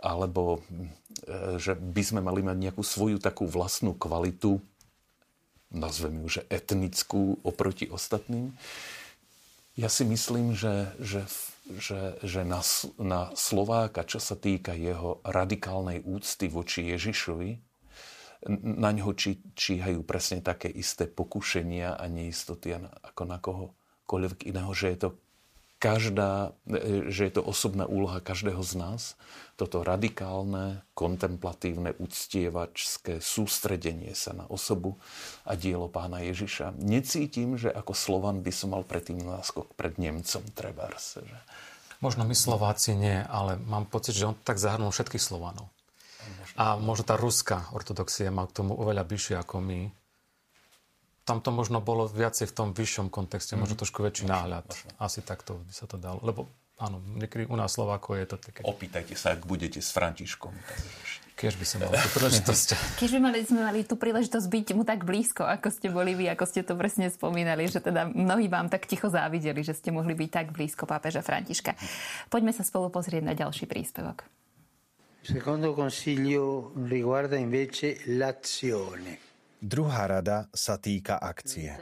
alebo že by sme mali mať nejakú svoju takú vlastnú kvalitu nazveme ju, že etnickú oproti ostatným. Ja si myslím, že, že, že, že na, na Slováka, čo sa týka jeho radikálnej úcty voči Ježišovi, na ňoho či, číhajú presne také isté pokušenia a neistoty ako na kohokoľvek iného, že je to každá, že je to osobná úloha každého z nás, toto radikálne, kontemplatívne, uctievačské sústredenie sa na osobu a dielo Pána Ježiša. Necítim, že ako Slovan by som mal predtým náskok pred Nemcom trebárs. Že... Možno my Slováci nie, ale mám pocit, že on tak zahrnul všetkých Slovanov. A možno tá ruská ortodoxia má k tomu oveľa bližšie ako my. Tam to možno bolo viacej v tom vyššom kontexte, možno trošku väčší možno, náhľad. Možno. Asi takto by sa to dalo. Lebo áno, niekedy u nás Slovákov je to také... Opýtajte sa, ak budete s Františkom. Keď by som mal tú príležitosť. Keď by mali, sme mali tú príležitosť byť mu tak blízko, ako ste boli vy, ako ste to presne spomínali, že teda mnohí vám tak ticho závideli, že ste mohli byť tak blízko pápeža Františka. Poďme sa spolu pozrieť na ďalší príspevok. Secondo consiglio riguarda invece l'azione. Druhá rada sa týka akcie.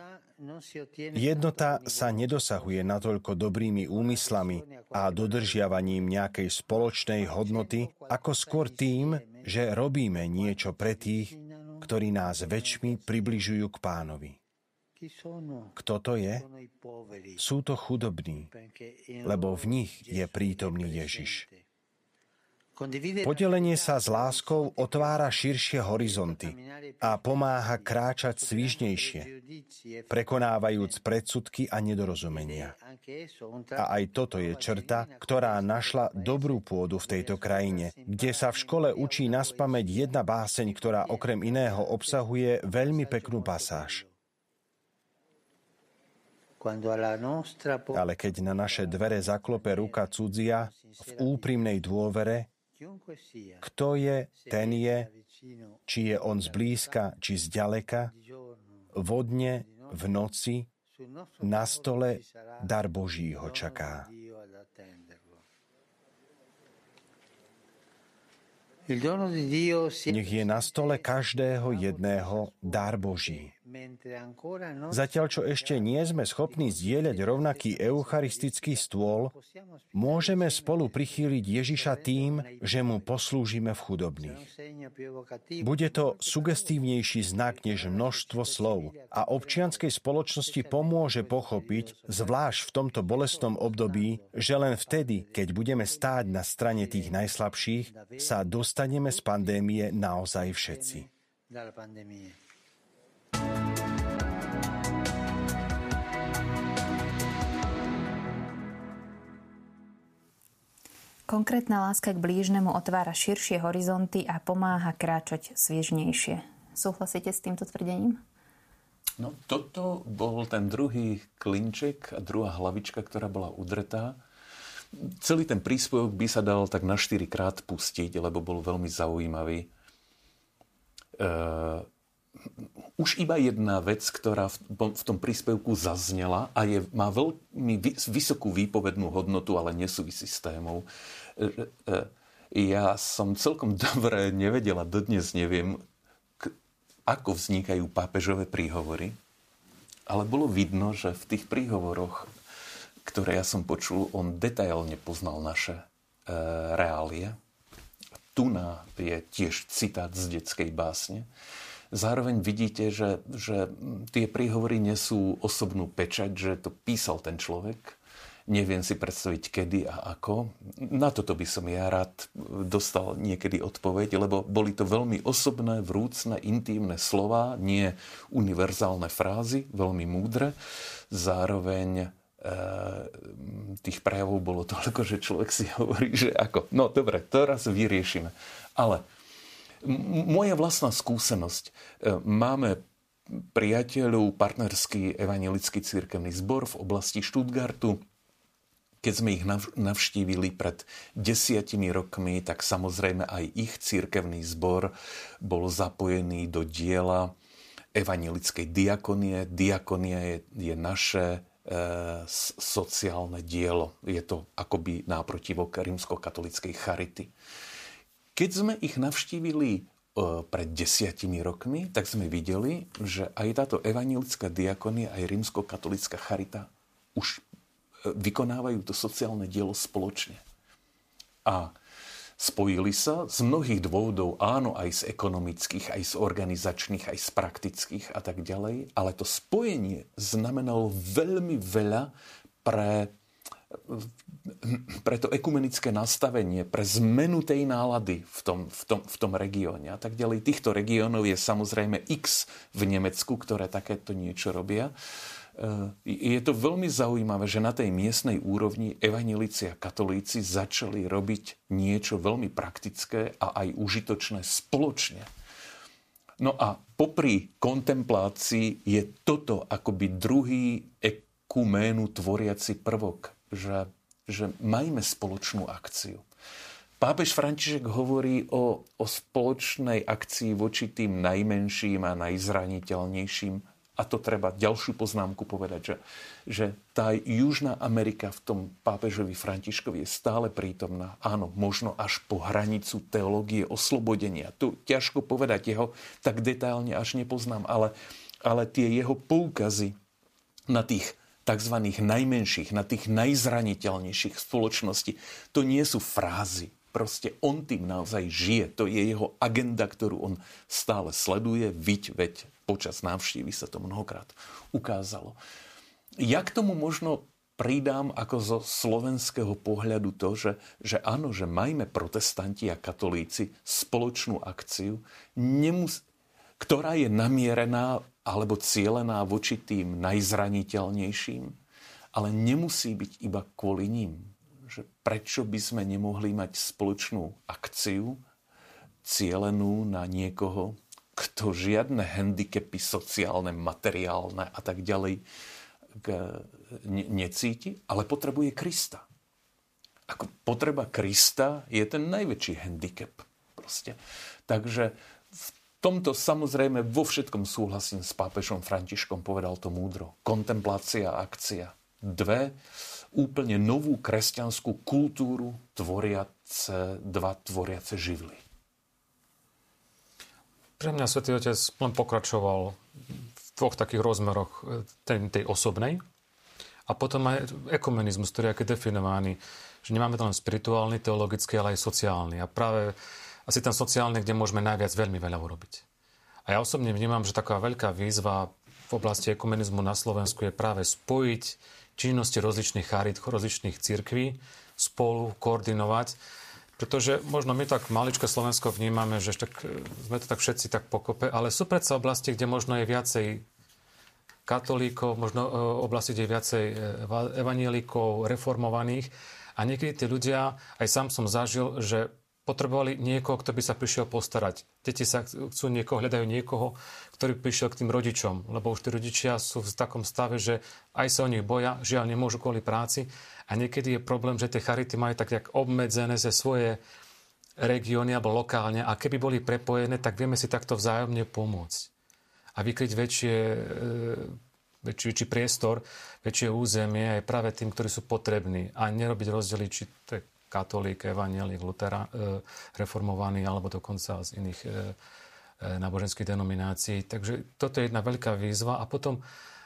Jednota sa nedosahuje natoľko dobrými úmyslami a dodržiavaním nejakej spoločnej hodnoty, ako skôr tým, že robíme niečo pre tých, ktorí nás väčšmi približujú k Pánovi. Kto to je? Sú to chudobní, lebo v nich je prítomný Ježiš. Podelenie sa s láskou otvára širšie horizonty a pomáha kráčať svižnejšie, prekonávajúc predsudky a nedorozumenia. A aj toto je črta, ktorá našla dobrú pôdu v tejto krajine, kde sa v škole učí naspamäť jedna báseň, ktorá okrem iného obsahuje veľmi peknú pasáž. Ale keď na naše dvere zaklope ruka cudzia v úprimnej dôvere, kto je, ten je, či je on zblízka, či zďaleka, vodne, v noci, na stole dar Boží ho čaká. Nech je na stole každého jedného dar Boží. Zatiaľ, čo ešte nie sme schopní zdieľať rovnaký eucharistický stôl, môžeme spolu prichýliť Ježiša tým, že mu poslúžime v chudobných. Bude to sugestívnejší znak než množstvo slov a občianskej spoločnosti pomôže pochopiť, zvlášť v tomto bolestnom období, že len vtedy, keď budeme stáť na strane tých najslabších, sa dostaneme z pandémie naozaj všetci. Konkrétna láska k blížnemu otvára širšie horizonty a pomáha kráčať sviežnejšie. Súhlasíte s týmto tvrdením? No, toto bol ten druhý klinček a druhá hlavička, ktorá bola udretá. Celý ten príspevok by sa dal tak na štyri krát pustiť, lebo bol veľmi zaujímavý. Uh, už iba jedna vec, ktorá v, v tom príspevku zaznela a je, má veľmi vysokú výpovednú hodnotu, ale nesúvisí s témou. Ja som celkom dobre nevedela, dodnes neviem, k, ako vznikajú pápežové príhovory, ale bolo vidno, že v tých príhovoroch, ktoré ja som počul, on detailne poznal naše e, reálie. Tuna je tiež citát z detskej básne. Zároveň vidíte, že, že tie príhovory nesú osobnú pečať, že to písal ten človek. Neviem si predstaviť, kedy a ako. Na toto by som ja rád dostal niekedy odpoveď, lebo boli to veľmi osobné, vrúcne, intímne slová, nie univerzálne frázy, veľmi múdre. Zároveň e, tých prejavov bolo toľko, že človek si hovorí, že ako, no dobre, to raz vyriešime. Ale moja vlastná skúsenosť. Máme priateľov, partnerský evanjelický cirkevný zbor v oblasti Stuttgartu. Keď sme ich navštívili pred desiatimi rokmi, tak samozrejme aj ich cirkevný zbor bol zapojený do diela evanjelickej diakonie. Diakonia je, je naše e, sociálne dielo. Je to akoby náprotivok rímskokatolíckej charity. Keď sme ich navštívili pred desiatimi rokmi, tak sme videli, že aj táto evanjelická diakonia, aj rímskokatolická charita už vykonávajú to sociálne dielo spoločne. A spojili sa z mnohých dôvodov, áno, aj z ekonomických, aj z organizačných, aj z praktických a tak ďalej, ale to spojenie znamenalo veľmi veľa pre pre to ekumenické nastavenie, pre zmenu tej nálady v tom, v tom, v tom regióne a tak ďalej. Týchto regiónov je samozrejme X v Nemecku, ktoré takéto niečo robia. Je to veľmi zaujímavé, že na tej miestnej úrovni evanjelici a katolíci začali robiť niečo veľmi praktické a aj užitočné spoločne. No a popri kontemplácii je toto akoby druhý ekuménu tvoriaci prvok, že, že majme spoločnú akciu. Pápež František hovorí o, o spoločnej akcii voči tým najmenším a najzraniteľnejším. A to treba ďalšiu poznámku povedať, že, že tá Južná Amerika v tom pápežovi Františkovi je stále prítomná. Áno, možno až po hranicu teológie oslobodenia. Tu ťažko povedať, jeho tak detailne až nepoznám, ale, ale tie jeho poukazy na tých tzv. Najmenších, na tých najzraniteľnejších spoločností, to nie sú frázy. Proste on tým naozaj žije. To je jeho agenda, ktorú on stále sleduje, viď, veď počas návštevy sa to mnohokrát ukázalo. Ja k tomu možno pridám ako zo slovenského pohľadu to, že, že áno, že majme protestanti a katolíci spoločnú akciu, nemus- ktorá je namierená alebo cielená voči tým najzraniteľnejším, ale nemusí byť iba kvôli ním. Že prečo by sme nemohli mať spoločnú akciu cielenú na niekoho, kto žiadne handicapy sociálne, materiálne a tak ďalej necíti, ale potrebuje Krista. Ako potreba Krista je ten najväčší handicap. Proste. Takže v tomto samozrejme vo všetkom súhlasím s pápežom Františkom, povedal to múdro. Kontemplácia a akcia. Dve úplne novú kresťanskú kultúru tvoriace, dva tvoriace živly. Pre mňa Svätý Otec len pokračoval v dvoch takých rozmeroch, tej, tej osobnej a potom aj ekumenizmus, ktorý je definovaný, že nemáme to len spirituálny, teologický, ale aj sociálny. A práve asi ten sociálny, kde môžeme najviac veľmi veľa urobiť. A ja osobne vnímam, že taká veľká výzva v oblasti ekumenizmu na Slovensku je práve spojiť činnosti rozličných charít, rozličných cirkví spolu, koordinovať. Pretože možno my tak maličké Slovensko vnímame, že tak, sme to tak všetci tak pokope, ale sú predsa oblasti, kde možno je viacej katolíkov, možno oblasti, kde je viacej evanjelikov, reformovaných. A niekedy tí ľudia, aj sám som zažil, že potrebovali niekoho, kto by sa prišiel postarať. Deti sa chcú niekoho, hľadajú niekoho, ktorý prišiel k tým rodičom, lebo už tí rodičia sú v takom stave, že aj sa o nich boja, žiaľ nemôžu kvôli práci. A niekedy je problém, že tie charity majú tak jak obmedzené ze svoje regióny alebo lokálne a keby boli prepojené, tak vieme si takto vzájomne pomôcť. A vykryť väčšie, väčší, väčší priestor, väčšie územie aj práve tým, ktorí sú potrební. A nerobiť rozdiely, či to je katolík, evanjelik, lutera, reformovaný alebo dokonca z iných náboženských denominácií. Takže toto je jedna veľká výzva. A potom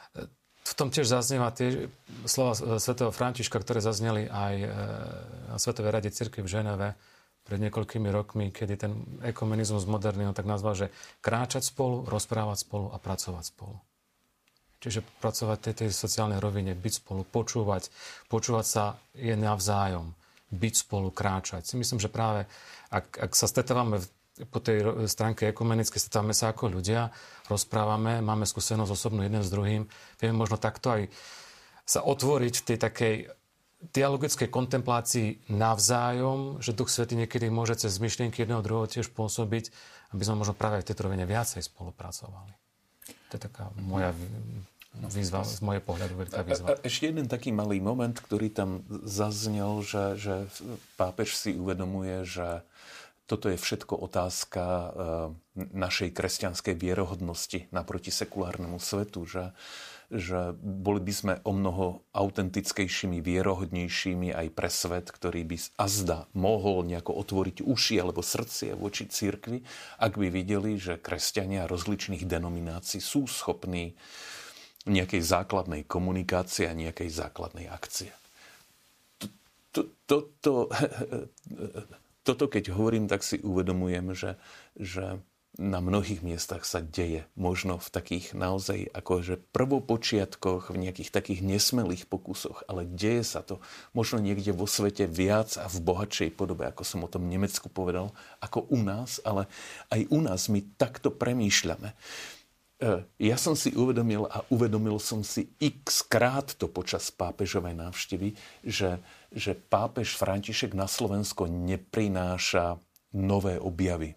v tom tiež zaznieva tie slova svätého Františka, ktoré zazneli aj na Svetovej rade cirkvi v Ženeve pred niekoľkými rokmi, kedy ten ekumenizmus moderný on tak nazval, že kráčať spolu, rozprávať spolu a pracovať spolu. Čiže pracovať v tej, tej sociálnej rovine, byť spolu, počúvať. Počúvať sa je navzájom. Byť spolu, kráčať. Si myslím, že práve ak, ak sa stretávame po tej stránke ekumenické, stretávame sa ako ľudia, rozprávame, máme skúsenosť osobnú jeden s druhým, vieme možno takto aj sa otvoriť v tej takej dialogickej kontemplácii navzájom, že Duch Svätý niekedy môže cez myšlienky jedného druhého tiež pôsobiť, aby sme možno práve aj v tejto rovine viacej spolupracovali. To je taká moja výzva, z mojej pohľadu veľká výzva. A, a ešte jeden taký malý moment, ktorý tam zaznel, že, že pápež si uvedomuje, že toto je všetko otázka našej kresťanskej vierohodnosti naproti sekulárnemu svetu, že, že boli by sme o mnoho autentickejšími, vierohodnejšími aj pre svet, ktorý by azda mohol nejako otvoriť uši alebo srdcie voči cirkvi, ak by videli, že kresťania rozličných denominácií sú schopní nejakej základnej komunikácie a nejakej základnej akcie. Toto, toto keď hovorím, tak si uvedomujem, že, že na mnohých miestach sa deje. Možno v takých naozaj akože prvopočiatkoch, v nejakých takých nesmelých pokusoch, ale deje sa to možno niekde vo svete viac a v bohatšej podobe, ako som o tom v Nemecku povedal, ako u nás, ale aj u nás my takto premýšľame. Ja som si uvedomil a uvedomil som si x krát to počas pápežovej návštevy, že, že pápež František na Slovensko neprináša nové objavy.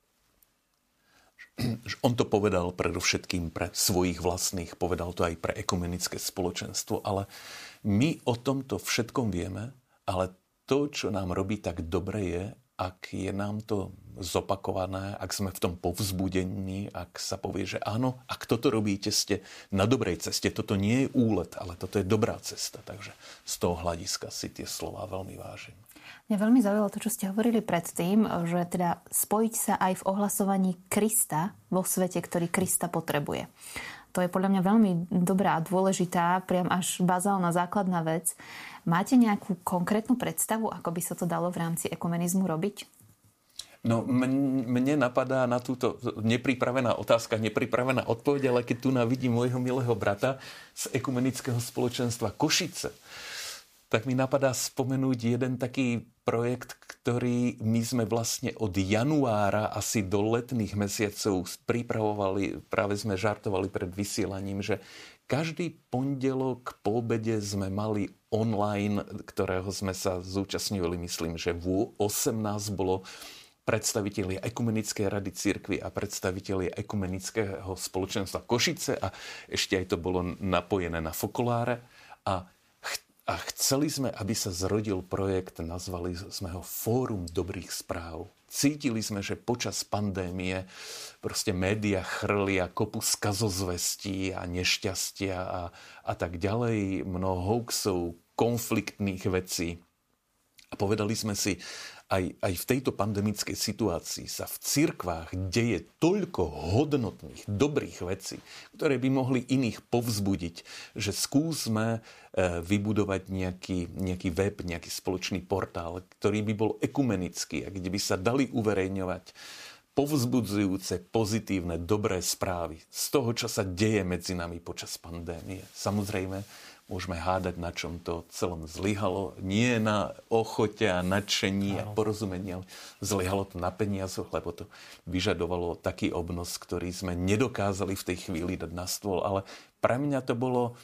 On to povedal predovšetkým pre svojich vlastných, povedal to aj pre ekumenické spoločenstvo, ale my o tomto všetkom vieme, ale to, čo nám robí tak dobre je, ak je nám to zopakované, ak sme v tom povzbudení, ak sa povie, že áno, ak toto robíte, ste na dobrej ceste. Toto nie je úlet, ale toto je dobrá cesta. Takže z toho hľadiska si tie slová veľmi vážim. Mňa veľmi zaujalo to, čo ste hovorili predtým, že teda spojiť sa aj v ohlasovaní Krista vo svete, ktorý Krista potrebuje. To je podľa mňa veľmi dobrá a dôležitá, priam až bazálna základná vec. Máte nejakú konkrétnu predstavu, ako by sa to dalo v rámci ekumenizmu robiť? No, mne napadá na túto nepripravená otázka, nepripravená odpoveď, ale keď tu vidím môjho milého brata z ekumenického spoločenstva Košice, tak mi napadá spomenúť jeden taký projekt, ktorý my sme vlastne od januára asi do letných mesiacov pripravovali, práve sme žartovali pred vysielaním, že každý pondelok po obede sme mali online, ktorého sme sa zúčastňovali, myslím, že v osemnásť bolo predstavitelia Ekumenickej rady cirkvi a predstavitelia Ekumenického spoločenstva Košice a ešte aj to bolo napojené na Fokoláre a A chceli sme, aby sa zrodil projekt, nazvali sme ho Fórum dobrých správ. Cítili sme, že počas pandémie proste médiá chrlia kopu skazozvestí a nešťastia a, a tak ďalej, mnoho hoaxov, konfliktných vecí. A povedali sme si, aj, aj v tejto pandemickej situácii sa v cirkvách deje toľko hodnotných, dobrých vecí, ktoré by mohli iných povzbudiť, že skúsme vybudovať nejaký, nejaký web, nejaký spoločný portál, ktorý by bol ekumenický a kde by sa dali uverejňovať povzbudzujúce, pozitívne, dobré správy z toho, čo sa deje medzi nami počas pandémie. Samozrejme, môžeme hádať, na čom to celom zlyhalo. Nie na ochote a nadšení a porozumení, ale zlyhalo to na peniazoch, lebo to vyžadovalo taký obnos, ktorý sme nedokázali v tej chvíli dať na stôl. Ale pre mňa to bolo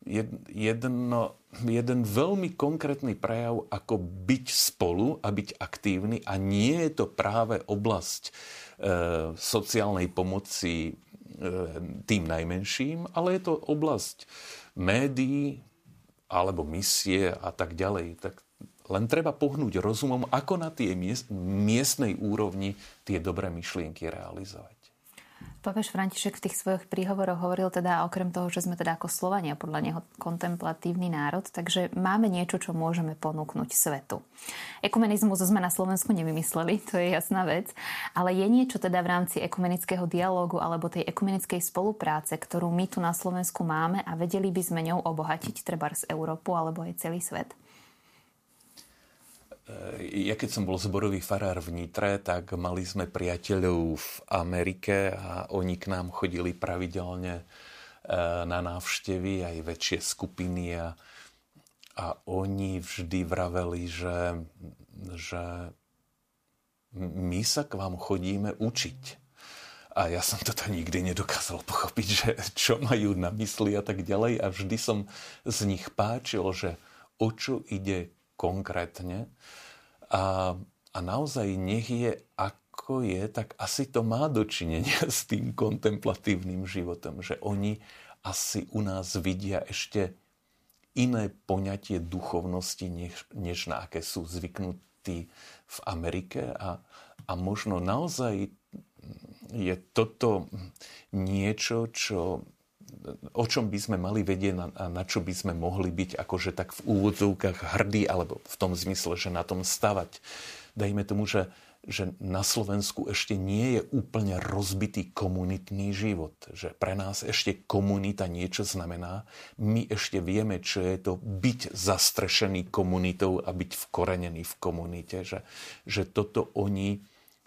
jedno, jeden veľmi konkrétny prejav, ako byť spolu a byť aktívny. A nie je to práve oblasť e, sociálnej pomoci e, tým najmenším, ale je to oblasť médií alebo misie a tak ďalej. Tak len treba pohnúť rozumom, ako na tej miestnej úrovni tie dobré myšlienky realizovať. Pápež František v tých svojich príhovoroch hovoril teda okrem toho, že sme teda ako Slovania podľa neho kontemplatívny národ, takže máme niečo, čo môžeme ponúknuť svetu. Ekumenizmus sme na Slovensku nevymysleli, to je jasná vec, ale je niečo teda v rámci ekumenického dialógu alebo tej ekumenickej spolupráce, ktorú my tu na Slovensku máme a vedeli by sme ňou obohatiť trebárs Európu alebo aj celý svet? Ja keď som bol zborový farár v Nitre, tak mali sme priateľov v Amerike a oni k nám chodili pravidelne na návštevy, aj väčšie skupiny a, a oni vždy vraveli, že, že my sa k vám chodíme učiť. A ja som toto nikdy nedokázal pochopiť, že čo majú na mysli a tak ďalej. A vždy som z nich páčil, že o čo ide konkrétne. A, a naozaj nech je ako je, tak asi to má dočinenia s tým kontemplatívnym životom, že oni asi u nás vidia ešte iné poňatie duchovnosti, než, než na aké sú zvyknutí v Amerike. A, a možno naozaj je toto niečo, čo o čom by sme mali vedieť a na čo by sme mohli byť akože tak v úvodzovkách hrdí, alebo v tom zmysle, že na tom stavať. Dajme tomu, že, že na Slovensku ešte nie je úplne rozbitý komunitný život. Že pre nás ešte komunita niečo znamená. My ešte vieme, čo je to byť zastrešený komunitou a byť vkorenený v komunite. Že, že toto oni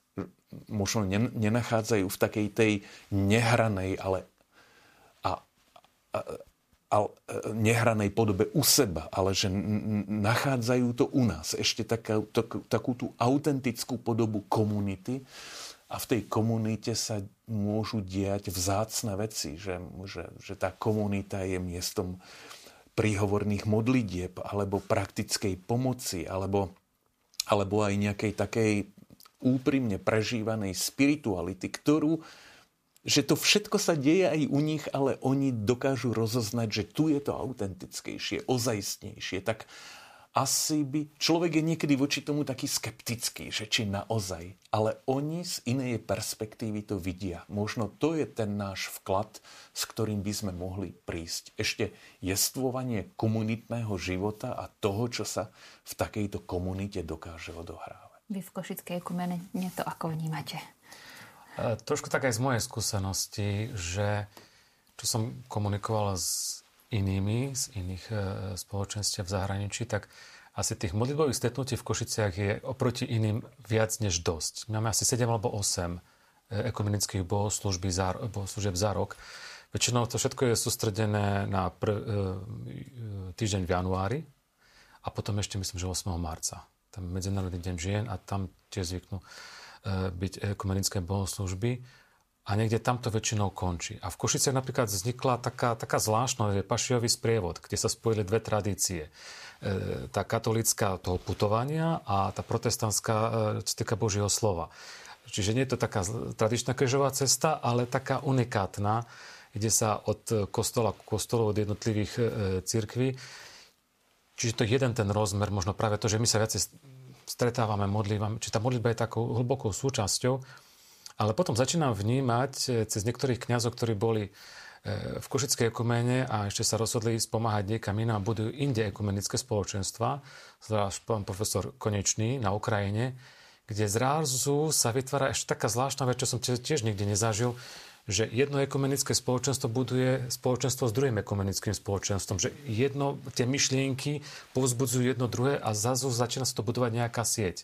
možno nenachádzajú v takej tej nehranej, ale a, a, a nehranej podobe u seba, ale že nachádzajú to u nás. Ešte taká, tak, takú tú autentickú podobu komunity a v tej komunite sa môžu diať vzácne veci, že, že, že tá komunita je miestom príhovorných modlitieb alebo praktickej pomoci alebo, alebo aj nejakej takej úprimne prežívanej spirituality, ktorú, že to všetko sa deje aj u nich, ale oni dokážu rozoznať, že tu je to autentickejšie, ozajstnejšie. Tak asi by... Človek je niekedy voči tomu taký skeptický, že či naozaj. Ale oni z inej perspektívy to vidia. Možno to je ten náš vklad, s ktorým by sme mohli prísť. Ešte jestvovanie komunitného života a toho, čo sa v takejto komunite dokáže odohrávať. Vy v Košickej ekumene to ako vnímate? E, trošku tak aj z mojej skúsenosti, že čo som komunikoval s inými, z iných e, spoločenstiev v zahraničí, tak asi tých modlitbových stretnutí v Košiciach je oproti iným viac než dosť. Máme asi sedem alebo osem ekumenických bohoslúžieb za, bohoslúžieb za rok. Väčšinou to všetko je sústredené na pr- e, týždeň v januári a potom ešte myslím, že ôsmeho marca. Tam Medzinárodný deň žien a tam tiež zvyknú byť ekumenické bohoslúžby a niekde tam to väčšinou končí. A v Košiciach napríklad vznikla taká, taká zvláštnosť, je pašiový sprievod, kde sa spojili dve tradície. Tá katolícka toho putovania a tá protestantská čo týka Božieho slova. Čiže nie je to taká tradičná krížová cesta, ale taká unikátna, kde sa od kostola k kostolu, od jednotlivých cirkví. Čiže to je jeden ten rozmer, možno práve to, že my sa viacej stretávame, modlívame, či tá modlitba je takou hlbokou súčasťou, ale potom začínam vnímať cez niektorých kňazov, ktorí boli v Košickej ekumene a ešte sa rozhodli spomáhať niekam inám a budujú inde ekumenické spoločenstva, zvlášť pán profesor Konečný na Ukrajine, kde zrazu sa vytvára ešte taká zvláštna vec, čo som tiež nikdy nezažil, že jedno ekumenické spoločenstvo buduje spoločenstvo s druhým ekumenickým spoločenstvom. Že jedno, tie myšlienky povzbudzujú jedno druhé a zrazu začína sa to budovať nejaká sieť.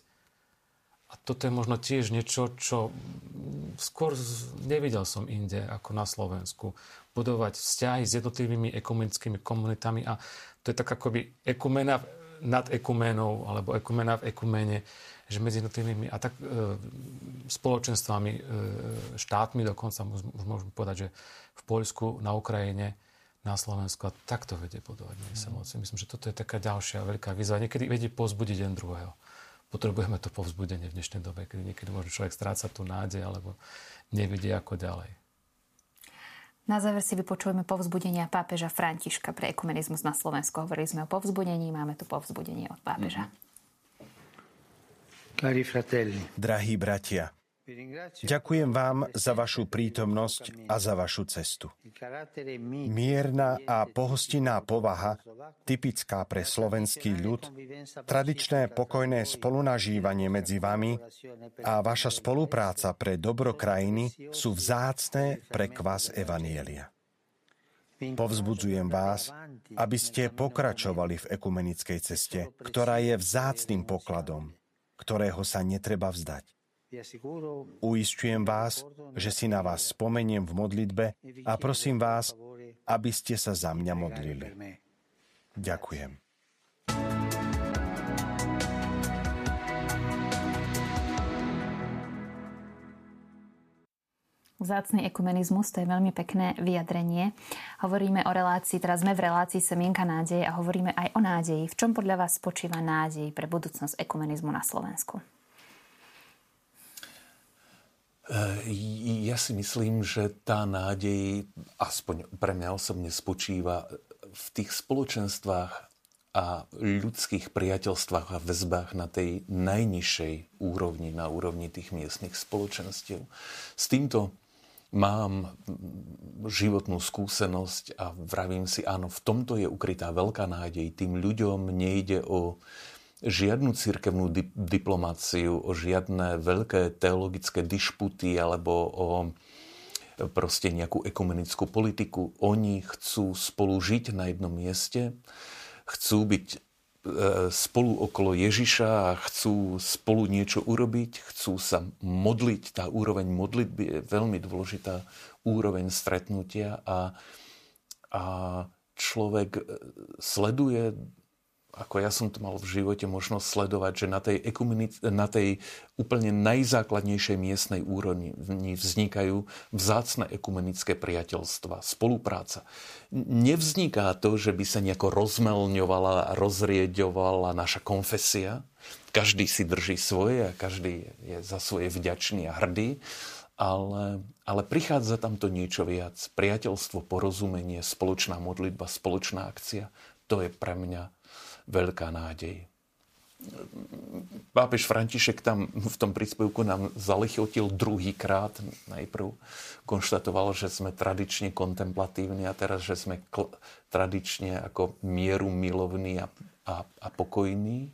A toto je možno tiež niečo, čo skôr nevidel som inde ako na Slovensku. Budovať vzťahy s jednotlivými ekumenickými komunitami a to je tak akoby ekumena nad ekumenou alebo ekumena v ekumene, že medzi jednotlivými a tak e, spoločenstvami, e, štátmi dokonca, môžeme povedať, že v Poľsku, na Ukrajine, na Slovensku a takto vedie budovať miestnosť. Myslím, že toto je taká ďalšia veľká výzva. Niekedy vedie povzbudiť jeden druhého. Potrebujeme to povzbudenie v dnešnej dobe, kedy niekedy môže človek strácať tú nádej alebo nevidie ako ďalej. Na záver si vypočujeme povzbudenia pápeža Františka pre ekumenizmus na Slovensku. Hovorili sme o povzbudení, máme tu povzbudenie od pápeža. Mm-hmm. Drahí bratia, ďakujem vám za vašu prítomnosť a za vašu cestu. Mierna a pohostinná povaha, typická pre slovenský ľud, tradičné pokojné spolunažívanie medzi vami a vaša spolupráca pre dobro krajiny sú vzácne pre kvas evanjelia. Povzbudzujem vás, aby ste pokračovali v ekumenickej ceste, ktorá je vzácnym pokladom, ktorého sa netreba vzdať. Uisťujem vás, že si na vás spomeniem v modlitbe a prosím vás, aby ste sa za mňa modlili. Ďakujem. Vzácny ekumenizmus, to je veľmi pekné vyjadrenie. Hovoríme o relácii, teraz sme v relácii Semienka nádeje a hovoríme aj o nádeji. V čom podľa vás spočíva nádej pre budúcnosť ekumenizmu na Slovensku? Ja si myslím, že tá nádej, aspoň pre mňa osobne, spočíva v tých spoločenstvách a ľudských priateľstvách a väzbách na tej najnižšej úrovni, na úrovni tých miestnych spoločenstiev. S týmto mám životnú skúsenosť a vravím si, áno, v tomto je ukrytá veľká nádej. Tým ľuďom nejde o žiadnu cirkevnú dip- diplomáciu, o žiadne veľké teologické dišputy alebo o proste nejakú ekumenickú politiku. Oni chcú spolu žiť na jednom mieste, chcú byť spolu okolo Ježiša a chcú spolu niečo urobiť, chcú sa modliť. Tá úroveň modlitby je veľmi dôležitá úroveň stretnutia a, a človek sleduje, ako ja som to mal v živote možnosť sledovať, že na tej, ekumenic- na tej úplne najzákladnejšej miestnej úrovni vznikajú vzácne ekumenické priateľstva, spolupráca. Nevzniká to, že by sa nejako rozmelňovala a rozrieďovala naša konfesia. Každý si drží svoje a každý je za svoje vďačný a hrdý, ale, ale prichádza tam to niečo viac. Priateľstvo, porozumenie, spoločná modlitba, spoločná akcia. To je pre mňa veľká nádej. Pápež František tam v tom príspevku nám zalichotil druhýkrát. Najprv konštatoval, že sme tradične kontemplatívni a teraz, že sme kl- tradične ako mieru milovní a, a, a pokojní.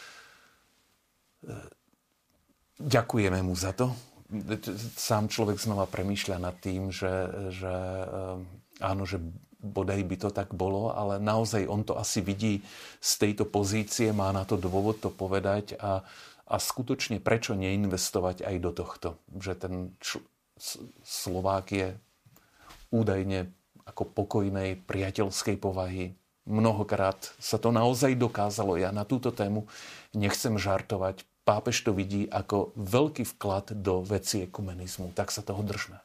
Ďakujeme mu za to. Sám človek znova premýšľa nad tým, že, že áno, že bodaj by to tak bolo, ale naozaj on to asi vidí z tejto pozície, má na to dôvod to povedať a, a skutočne prečo neinvestovať aj do tohto, že ten č- Slovák je údajne ako pokojnej, priateľskej povahy. Mnohokrát sa to naozaj dokázalo. Ja na túto tému nechcem žartovať. Pápež to vidí ako veľký vklad do veci ekumenizmu. Tak sa toho držme.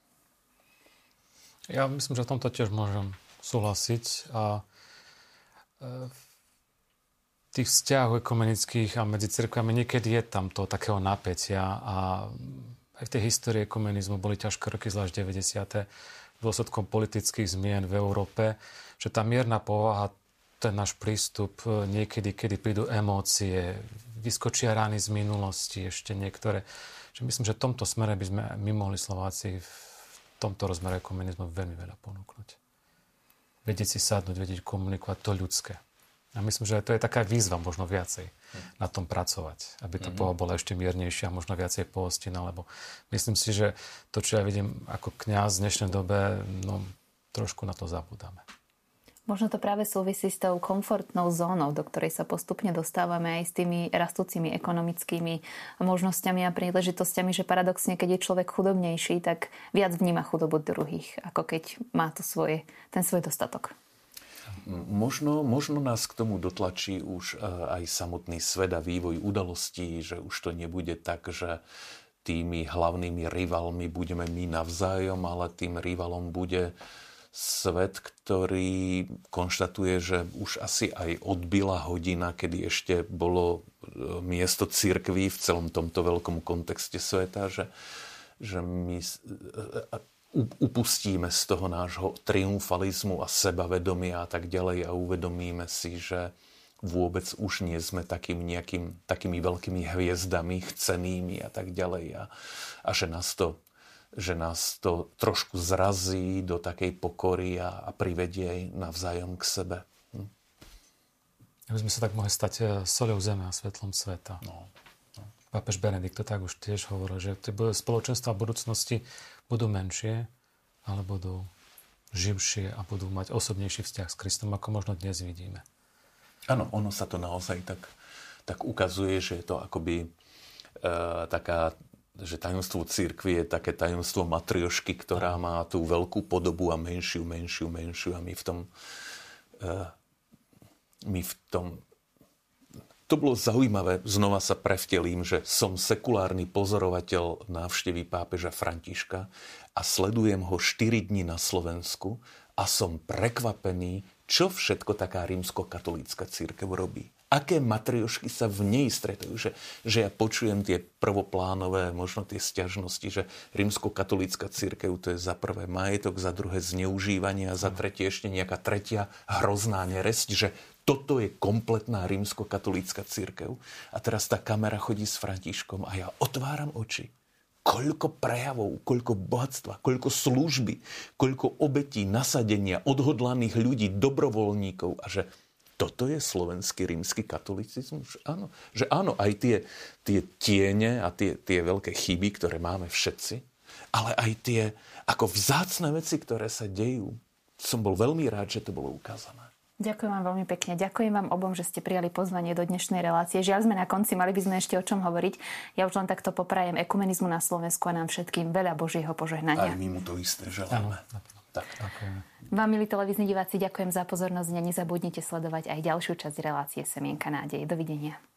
Ja myslím, že v tomto tiež môžem súhlasiť a v tých vzťahoch ekumenických a medzi cirkvami niekedy je tam to takého napätia a aj v tej histórii ekumenizmu boli ťažké roky, zvlášť deväťdesiate dôsledkom politických zmien v Európe, že tá mierna povaha, ten náš prístup, niekedy, kedy prídu emócie, vyskočia rány z minulosti, ešte niektoré. Že myslím, že v tomto smere by sme my mohli Slováci v tomto rozmere ekumenizmu veľmi veľa ponúknuť. Vedieť si sadnúť, vedieť komunikovať to ľudské. A myslím, že to je taká výzva možno viacej na tom pracovať, aby tá povaha bola ešte miernejšia, možno viacej pohostinná, lebo myslím si, že to, čo ja vidím ako kňaz v dnešnej dobe, no trošku na to zabúdame. Možno to práve súvisí s tou komfortnou zónou, do ktorej sa postupne dostávame aj s tými rastúcimi ekonomickými možnosťami a príležitosťami, že paradoxne, keď je človek chudobnejší, tak viac vníma chudobu druhých, ako keď má to svoje, ten svoj dostatok. Možno, možno nás k tomu dotlačí už aj samotný svet a vývoj udalostí, že už to nebude tak, že tými hlavnými rivalmi budeme my navzájom, ale tým rivalom bude svet, ktorý konštatuje, že už asi aj odbila hodina, kedy ešte bolo miesto cirkví v celom tomto veľkom kontexte sveta, že, že my upustíme z toho nášho triumfalizmu a sebavedomia a tak ďalej a uvedomíme si, že vôbec už nie sme takým nejakým, takými veľkými hviezdami chcenými a tak ďalej a, a že nás to že nás to trošku zrazí do takej pokory a, a privedie aj navzájom k sebe. Hm? Aby sme sa tak mohli stať soľou zeme a svetlom sveta. No, no. Pápež Benedikt to tak už tiež hovoril, že tie spoločenstva v budúcnosti budú menšie, ale budú živšie a budú mať osobnejší vzťah s Kristom, ako možno dnes vidíme. Áno, ono sa to naozaj tak, tak ukazuje, že je to akoby e, taká že tajomstvo cirkvi je také tajomstvo matriošky, ktorá má tú veľkú podobu a menšiu, menšiu, menšiu a my v tom uh, my v tom to bolo zaujímavé, znova sa prevtelím, že som sekulárny pozorovateľ návštevy pápeža Františka a sledujem ho štyri dni na Slovensku a som prekvapený, čo všetko taká rímskokatolícka cirkev robí. Aké matriošky sa v nej stretajú, že, že ja počujem tie prvoplánové, možno tie sťažnosti, že rímskokatolícka cirkev to je za prvé majetok, za druhé zneužívanie a za tretie ešte nejaká tretia hrozná neresť, že toto je kompletná rímskokatolícka cirkev. A teraz tá kamera chodí s Františkom a ja otváram oči. koľko prejavov, koľko bohatstva, koľko služby, koľko obetí, nasadenia, odhodlaných ľudí, dobrovoľníkov a že toto je slovenský rímsky katolicizmus? Že áno, že áno, aj tie, tie tiene a tie, tie veľké chyby, ktoré máme všetci, ale aj tie ako vzácne veci, ktoré sa dejú. Som bol veľmi rád, že to bolo ukázané. Ďakujem vám veľmi pekne. Ďakujem vám obom, že ste prijali pozvanie do dnešnej relácie. Žiaľ, sme na konci, mali by sme ešte o čom hovoriť. Ja už len takto poprajem ekumenizmu na Slovensku a nám všetkým veľa Božieho požehnania. Aj my mu to isté želáme. Tak. Vám, milí televízni diváci, ďakujem za pozornosť a nezabudnite sledovať aj ďalšiu časť relácie Semienka nádeje. Dovidenia.